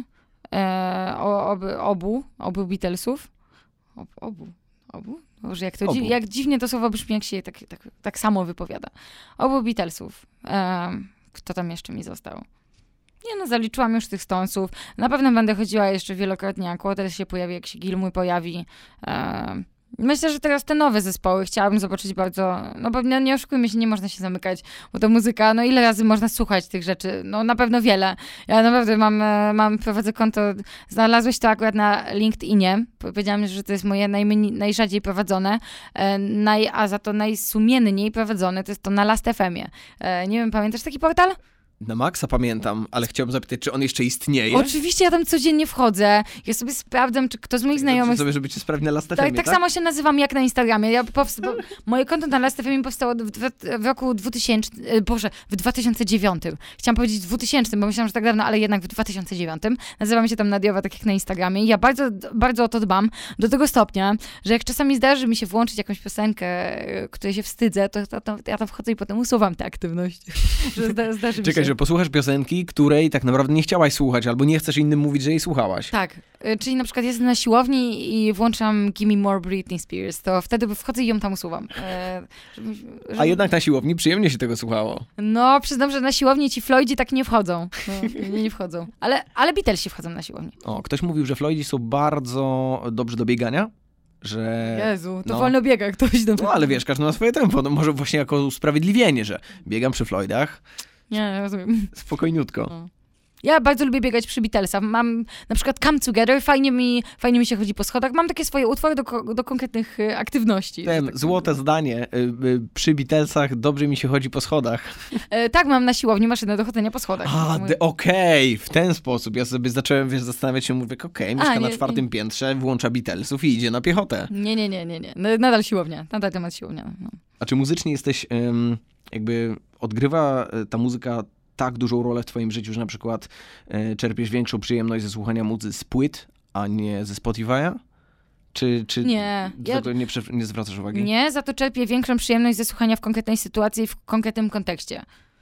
Obu Beatlesów. Obu? Boże, jak dziwnie to słowo brzmi, jak się tak samo wypowiada. Obu Beatlesów. Kto tam jeszcze mi został? Nie no, zaliczyłam już tych Stonesów. Na pewno będę chodziła jeszcze wielokrotnie, jak Waters się pojawi, jak się Gilmour pojawi. Myślę, że teraz te nowe zespoły chciałabym zobaczyć bardzo, no bo nie oszukujmy się, nie można się zamykać, bo to muzyka, no ile razy można słuchać tych rzeczy? No na pewno wiele. Ja naprawdę prowadzę konto, znalazłeś to akurat na LinkedInie, powiedziałam, że to jest moje najrzadziej prowadzone, a za to najsumienniej prowadzone, to jest to na Last.fm-ie. Nie wiem, pamiętasz taki portal? Na maksa pamiętam, ale chciałbym zapytać, czy on jeszcze istnieje? Oczywiście, ja tam codziennie wchodzę. Ja sobie sprawdzam, czy kto z moich znajomych... sobie, żeby cię sprawdzić na Last.fm, tak samo się nazywam jak na Instagramie. Moje konto na Last.fm powstało w roku 2000... w 2009. Chciałam powiedzieć 2000, bo myślałam, że tak dawno, ale jednak w 2009. Nazywam się tam Nadjowa, tak jak na Instagramie. I ja bardzo, bardzo o to dbam. Do tego stopnia, że jak czasami zdarzy mi się włączyć jakąś piosenkę, której się wstydzę, to ja tam wchodzę i potem usuwam tę aktywność. Że zdarzy mi się. Że posłuchasz piosenki, której tak naprawdę nie chciałaś słuchać, albo nie chcesz innym mówić, że jej słuchałaś. Tak, czyli na przykład jestem na siłowni i włączam Give Me More Britney Spears, to wtedy wchodzę i ją tam usuwam. A jednak na siłowni przyjemnie się tego słuchało. No, przyznam, że na siłowni ci Floydzi tak nie wchodzą. No, nie wchodzą. Ale Beatlesi wchodzą na siłowni. O, ktoś mówił, że Floydzi są bardzo dobrzy do biegania. Że... Jezu, to wolno biega ktoś. No ale wiesz, każdy ma swoje tempo. No może właśnie jako usprawiedliwienie, że biegam przy Floydach. Nie, rozumiem. Spokojniutko. No. Ja bardzo lubię biegać przy Beatlesach. Mam na przykład Come Together, fajnie mi się chodzi po schodach. Mam takie swoje utwory do konkretnych aktywności. Złote zdanie. Przy Beatlesach dobrze mi się chodzi po schodach. Tak, mam na siłowni maszynę do chodzenia po schodach. Okej, w ten sposób. Ja sobie zacząłem zastanawiać się, mówię, mieszka na 4. piętrze, włącza Beatlesów i idzie na piechotę. Nie. Nadal siłownia. Nadal temat siłownia. No. A czy muzycznie jesteś, odgrywa ta muzyka tak dużą rolę w twoim życiu, że na przykład czerpiesz większą przyjemność ze słuchania muzyki z płyt, a nie ze Spotify'a? Czy nie. Za to nie zwracasz uwagi? Nie, za to czerpię większą przyjemność ze słuchania w konkretnej sytuacji i w konkretnym kontekście.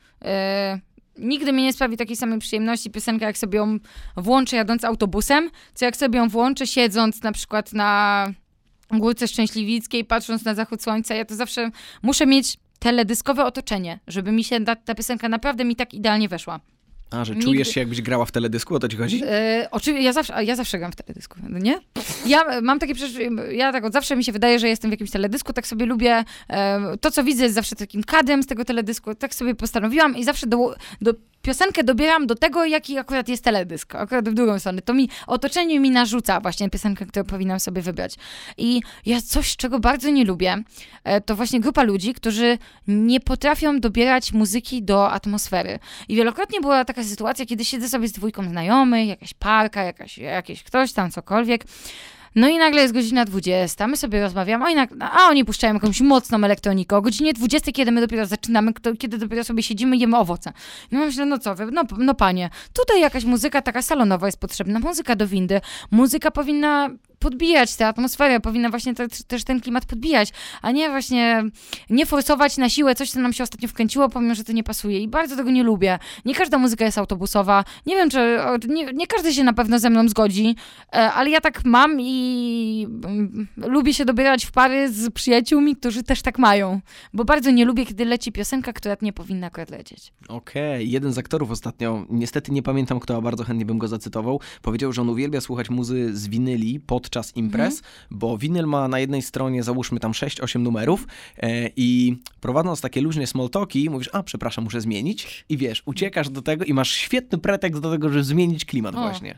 Nigdy mi nie sprawi takiej samej przyjemności piosenka, jak sobie ją włączę jadąc autobusem, co jak sobie ją włączę siedząc na przykład na Górce Szczęśliwickiej, patrząc na zachód słońca. Ja to zawsze muszę mieć teledyskowe otoczenie, żeby mi się ta piosenka naprawdę mi tak idealnie weszła. A, że czujesz się, jakbyś grała w teledysku, o to ci chodzi? Oczywiście, ja zawsze gram w teledysku, nie? Ja mam takie ja tak od zawsze mi się wydaje, że jestem w jakimś teledysku, tak sobie lubię, to co widzę jest zawsze takim kadrem z tego teledysku, tak sobie postanowiłam i zawsze piosenkę dobieram do tego, jaki akurat jest teledysk, akurat w drugą stronę. To otoczenie mi narzuca właśnie piosenkę, którą powinnam sobie wybrać. I ja coś, czego bardzo nie lubię, to właśnie grupa ludzi, którzy nie potrafią dobierać muzyki do atmosfery. I wielokrotnie była taka sytuacja, kiedy siedzę sobie z dwójką znajomych, jakaś parka, jakiś ktoś tam, cokolwiek. No i nagle jest godzina 20, my sobie rozmawiamy, a oni puszczają jakąś mocną elektronikę. O godzinie 20, kiedy my dopiero zaczynamy, kiedy dopiero sobie siedzimy i jemy owoce. No myślę, no co wy, no panie, tutaj jakaś muzyka taka salonowa jest potrzebna, muzyka do windy, muzyka powinna podbijać tę atmosferę, powinna właśnie też ten klimat podbijać, a nie właśnie nie forsować na siłę coś, co nam się ostatnio wkręciło, pomimo, że to nie pasuje i bardzo tego nie lubię. Nie każda muzyka jest autobusowa, nie wiem, czy nie każdy się na pewno ze mną zgodzi, ale ja tak mam i lubię się dobierać w pary z przyjaciółmi, którzy też tak mają, bo bardzo nie lubię, kiedy leci piosenka, która nie powinna akurat lecieć. Okej. Jeden z aktorów ostatnio, niestety nie pamiętam kto, a bardzo chętnie bym go zacytował, powiedział, że on uwielbia słuchać muzy z winyli podczas imprez, bo winyl ma na jednej stronie, załóżmy tam 6-8 numerów i prowadząc takie luźne small talki, mówisz, przepraszam, muszę zmienić i wiesz, uciekasz do tego i masz świetny pretekst do tego, żeby zmienić klimat właśnie.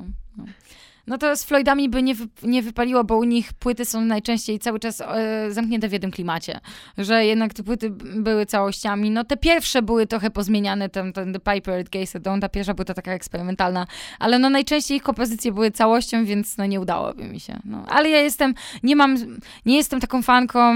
No to z Floydami by nie wypaliło, bo u nich płyty są najczęściej cały czas zamknięte w jednym klimacie. Że jednak te płyty były całościami. No te pierwsze były trochę pozmieniane, ten The Piper at Gates Dawn, ta pierwsza była taka eksperymentalna, ale no najczęściej ich kompozycje były całością, więc no nie udałoby mi się. No. Ale ja nie jestem taką fanką.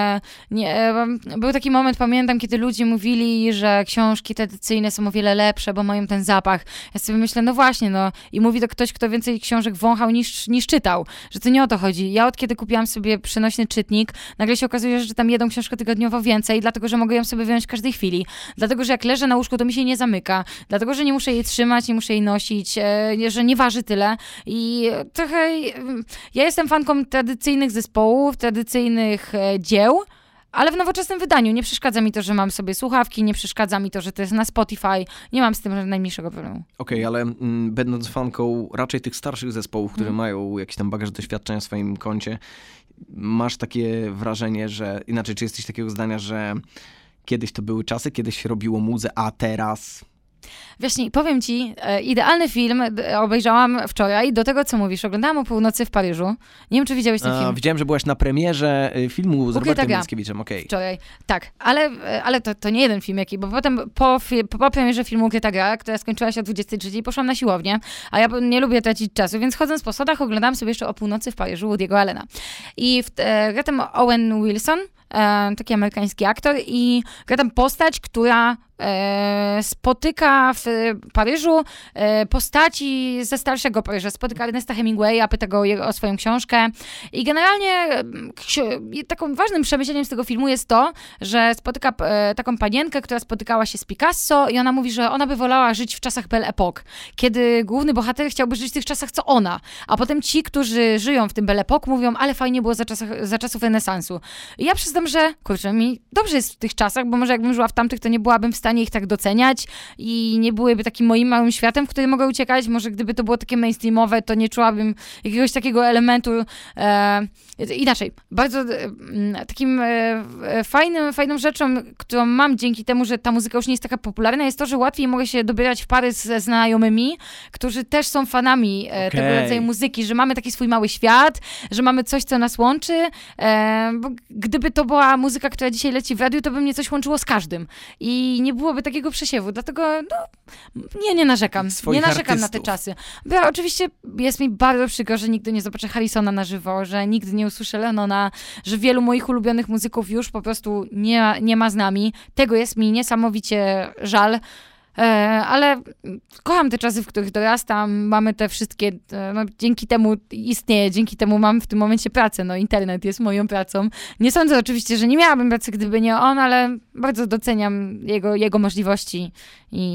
Był taki moment, pamiętam, kiedy ludzie mówili, że książki tradycyjne są o wiele lepsze, bo mają ten zapach. Ja sobie myślę, no właśnie, no i mówi to ktoś, kto więcej książek wąchał niż czytał, że to nie o to chodzi. Ja od kiedy kupiłam sobie przenośny czytnik, nagle się okazuje, że czytam jedną książkę tygodniowo więcej, dlatego, że mogę ją sobie wyjąć w każdej chwili. Dlatego, że jak leżę na łóżku, to mi się nie zamyka. Dlatego, że nie muszę jej trzymać, nie muszę jej nosić, że nie waży tyle. I trochę ja jestem fanką tradycyjnych zespołów, tradycyjnych dzieł, ale w nowoczesnym wydaniu. Nie przeszkadza mi to, że mam sobie słuchawki, nie przeszkadza mi to, że to jest na Spotify. Nie mam z tym najmniejszego problemu. Okej, ale będąc fanką raczej tych starszych zespołów, które mają jakiś tam bagaż doświadczenia w swoim koncie, masz takie wrażenie, że inaczej, czy jesteś takiego zdania, że kiedyś to były czasy, kiedyś się robiło muzę, a teraz... Właśnie, powiem ci, idealny film obejrzałam wczoraj, do tego, co mówisz. Oglądałam o północy w Paryżu. Nie wiem, czy widziałeś ten film. Widziałem, że byłaś na premierze filmu z Robertem Mickiewiczem, okej. Wczoraj, tak. Ale to nie jeden film, bo potem po premierze filmu Ukryta gra, która skończyła się o 23, poszłam na siłownię, a ja nie lubię tracić czasu, więc chodząc po schodach oglądałam sobie jeszcze o północy w Paryżu Woody'ego Allena. I gra tam Owen Wilson, taki amerykański aktor i gra tam postać, która spotyka w Paryżu postaci ze starszego Paryża. Spotyka Ernesta Hemingwaya, pyta go o swoją książkę i generalnie takim ważnym przemyśleniem z tego filmu jest to, że spotyka taką panienkę, która spotykała się z Picasso i ona mówi, że ona by wolała żyć w czasach Belle Époque, kiedy główny bohater chciałby żyć w tych czasach, co ona. A potem ci, którzy żyją w tym Belle Époque, mówią, ale fajnie było za czasów renesansu. I ja przyznam, że kurczę, mi dobrze jest w tych czasach, bo może jakbym żyła w tamtych, to nie byłabym w stanie ich tak doceniać i nie byłyby takim moim małym światem, w który mogę uciekać. Może gdyby to było takie mainstreamowe, to nie czułabym jakiegoś takiego elementu inaczej. Bardzo takim fajną rzeczą, którą mam dzięki temu, że ta muzyka już nie jest taka popularna, jest to, że łatwiej mogę się dobierać w pary ze znajomymi, którzy też są fanami tego rodzaju muzyki, że mamy taki swój mały świat, że mamy coś, co nas łączy, bo gdyby to była muzyka, która dzisiaj leci w radiu, to by mnie coś łączyło z każdym. I nie byłoby takiego przesiewu. Dlatego nie narzekam. Nie narzekam na te czasy. Bo oczywiście jest mi bardzo przykro, że nigdy nie zobaczę Harrisona na żywo, że nigdy nie usłyszę Lennona, że wielu moich ulubionych muzyków już po prostu nie ma z nami. Tego jest mi niesamowicie żal. Ale kocham te czasy, w których dorastam, mamy te wszystkie, dzięki temu istnieje, dzięki temu mam w tym momencie pracę, internet jest moją pracą. Nie sądzę oczywiście, że nie miałabym pracy, gdyby nie on, ale bardzo doceniam jego możliwości i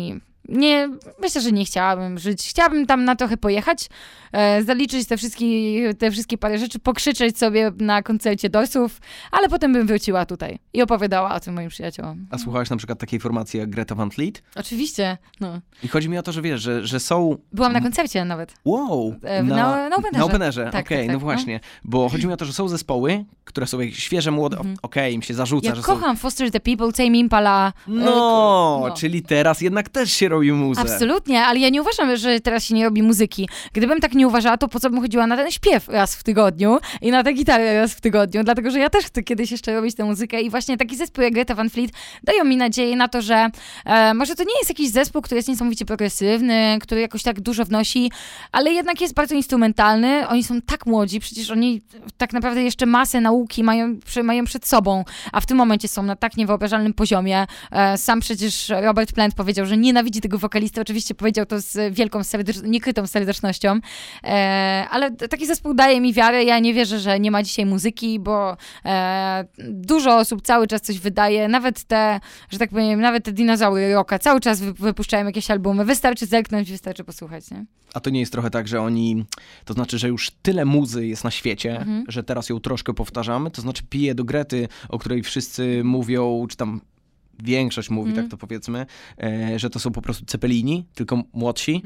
myślę, że nie chciałabym żyć. Chciałabym tam na trochę pojechać, zaliczyć te wszystkie parę rzeczy, pokrzyczeć sobie na koncercie Dorsów, ale potem bym wróciła tutaj i opowiadała o tym moim przyjaciołom. A słuchałaś na przykład takiej formacji jak Greta Van Fleet? Oczywiście, no. I chodzi mi o to, że wiesz, że są... Byłam na koncercie nawet. Wow! Na Openerze. Na Openerze, tak, okej, tak, no właśnie. Bo chodzi mi o to, że są zespoły, które są jak świeże, młode, im się zarzuca, Ja że kocham Foster the People, Tame Impala. Czyli teraz jednak też się robi muzę. Absolutnie, ale ja nie uważam, że teraz się nie robi muzyki. Gdybym tak nie uważała, to po co bym chodziła na ten śpiew raz w tygodniu i na tę gitarę raz w tygodniu, dlatego że ja też chcę kiedyś jeszcze robić tę muzykę i właśnie taki zespół jak Greta Van Fleet dają mi nadzieję na to, że może to nie jest jakiś zespół, który jest niesamowicie progresywny, który jakoś tak dużo wnosi, ale jednak jest bardzo instrumentalny. Oni są tak młodzi, przecież oni tak naprawdę jeszcze masę nauki mają przed sobą, a w tym momencie są na tak niewyobrażalnym poziomie. Sam przecież Robert Plant powiedział, że nienawidzi tego wokalisty. Oczywiście powiedział to z wielką, niekrytą serdecznością, ale taki zespół daje mi wiarę. Ja nie wierzę, że nie ma dzisiaj muzyki, bo dużo osób cały czas coś wydaje, nawet te, że tak powiem, nawet te dinozaury rocka cały czas wypuszczają jakieś albumy. Wystarczy zerknąć, wystarczy posłuchać, nie? A to nie jest trochę tak, że to znaczy, że już tyle muzy jest na świecie, że teraz ją troszkę powtarzamy, to znaczy piję do Grety, o której wszyscy mówią, czy tam większość mówi, tak to powiedzmy, że to są po prostu Cepelini, tylko młodsi.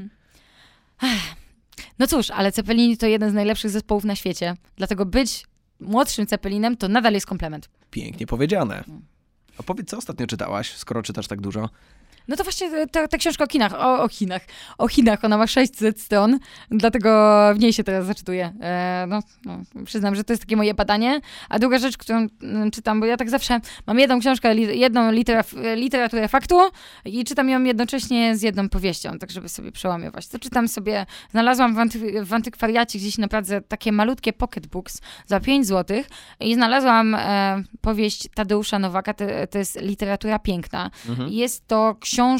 No cóż, ale Cepelini to jeden z najlepszych zespołów na świecie, dlatego być młodszym Cepelinem to nadal jest komplement. Pięknie powiedziane. A powiedz, co ostatnio czytałaś, skoro czytasz tak dużo? No to właśnie ta książka o Chinach, o Chinach, ona ma 600 stron, dlatego w niej się teraz zaczytuję. Przyznam, że to jest takie moje badanie. A druga rzecz, którą czytam, bo ja tak zawsze mam jedną książkę, jedną literaturę faktu i czytam ją jednocześnie z jedną powieścią, tak żeby sobie przełamywać. To czytam sobie, znalazłam w antykwariacie gdzieś na Pradze takie malutkie pocketbooks za 5 zł i znalazłam powieść Tadeusza Nowaka, to jest literatura piękna. Jest to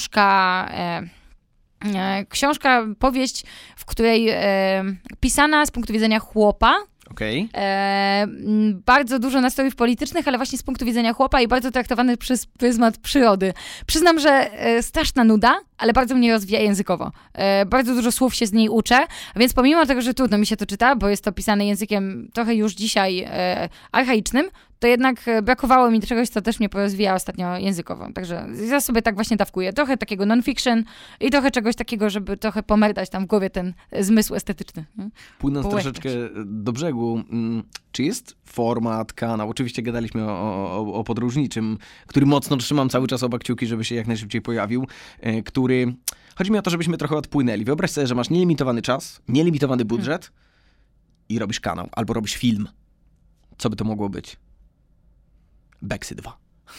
powieść, w której pisana z punktu widzenia chłopa. Okay. Bardzo dużo nastrojów politycznych, ale właśnie z punktu widzenia chłopa i bardzo traktowany przez pryzmat przyrody. Przyznam, że straszna nuda, ale bardzo mnie rozwija językowo. Bardzo dużo słów się z niej uczę, więc pomimo tego, że trudno mi się to czyta, bo jest to pisane językiem trochę już dzisiaj archaicznym, to jednak brakowało mi czegoś, co też mnie porozwija ostatnio językowo. Także ja sobie tak właśnie dawkuję. Trochę takiego non-fiction i trochę czegoś takiego, żeby trochę pomerdać tam w głowie ten zmysł estetyczny. Płynąc troszeczkę do brzegu, czy jest format, kanał, oczywiście gadaliśmy o podróżniczym, który mocno trzymam cały czas oba kciuki, żeby się jak najszybciej pojawił, który... Chodzi mi o to, żebyśmy trochę odpłynęli. Wyobraź sobie, że masz nielimitowany czas, nielimitowany budżet i robisz kanał, albo robisz film. Co by to mogło być? Beksy 2.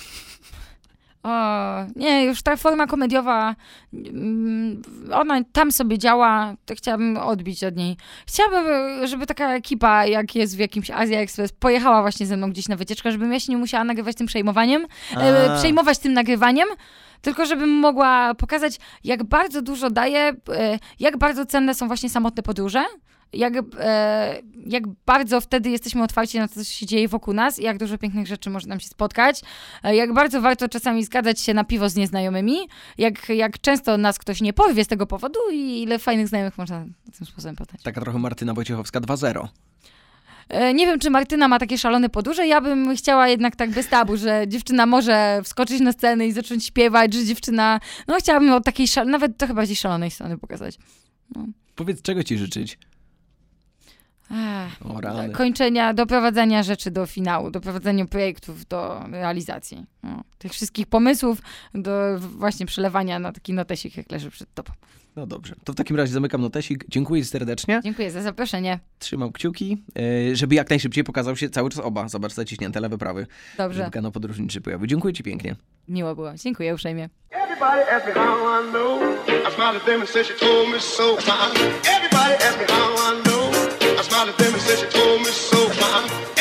Nie, już ta forma komediowa, ona tam sobie działa, to chciałabym odbić od niej. Chciałabym, żeby taka ekipa, jak jest w jakimś Asia Express, pojechała właśnie ze mną gdzieś na wycieczkę, żebym ja się nie musiała nagrywać tym przejmować tym nagrywaniem, tylko żebym mogła pokazać, jak bardzo dużo daje, jak bardzo cenne są właśnie samotne podróże, jak bardzo wtedy jesteśmy otwarci na to, co się dzieje wokół nas i jak dużo pięknych rzeczy może nam się spotkać, jak bardzo warto czasami zgadzać się na piwo z nieznajomymi, jak często nas ktoś nie porwie z tego powodu i ile fajnych znajomych można tym sposobem poznać. Taka trochę Martyna Wojciechowska 2.0. Nie wiem, czy Martyna ma takie szalone podróże. Ja bym chciała jednak tak bez tabu, że dziewczyna może wskoczyć na scenę i zacząć śpiewać, że dziewczyna... No chciałabym od takiej nawet trochę bardziej szalonej strony pokazać. No. Powiedz, czego ci życzyć? Kończenia, doprowadzenia rzeczy do finału, doprowadzenia projektów do realizacji. No, tych wszystkich pomysłów do właśnie przelewania na taki notesik, jak leży przed tobą. No dobrze, to w takim razie zamykam notesik. Dziękuję serdecznie. Dziękuję za zaproszenie. Trzymam kciuki, żeby jak najszybciej pokazał się cały czas oba. Zobacz, zaciśnięte lewe, prawy. Dobrze. Żeby kanał podróżniczy pojawił. Dziękuję ci pięknie. Miło było. Dziękuję uprzejmie. Everybody ask me how I know. I smiled at them and said she told me so. Everybody ask me how I know. I smiled at them and said she told me so.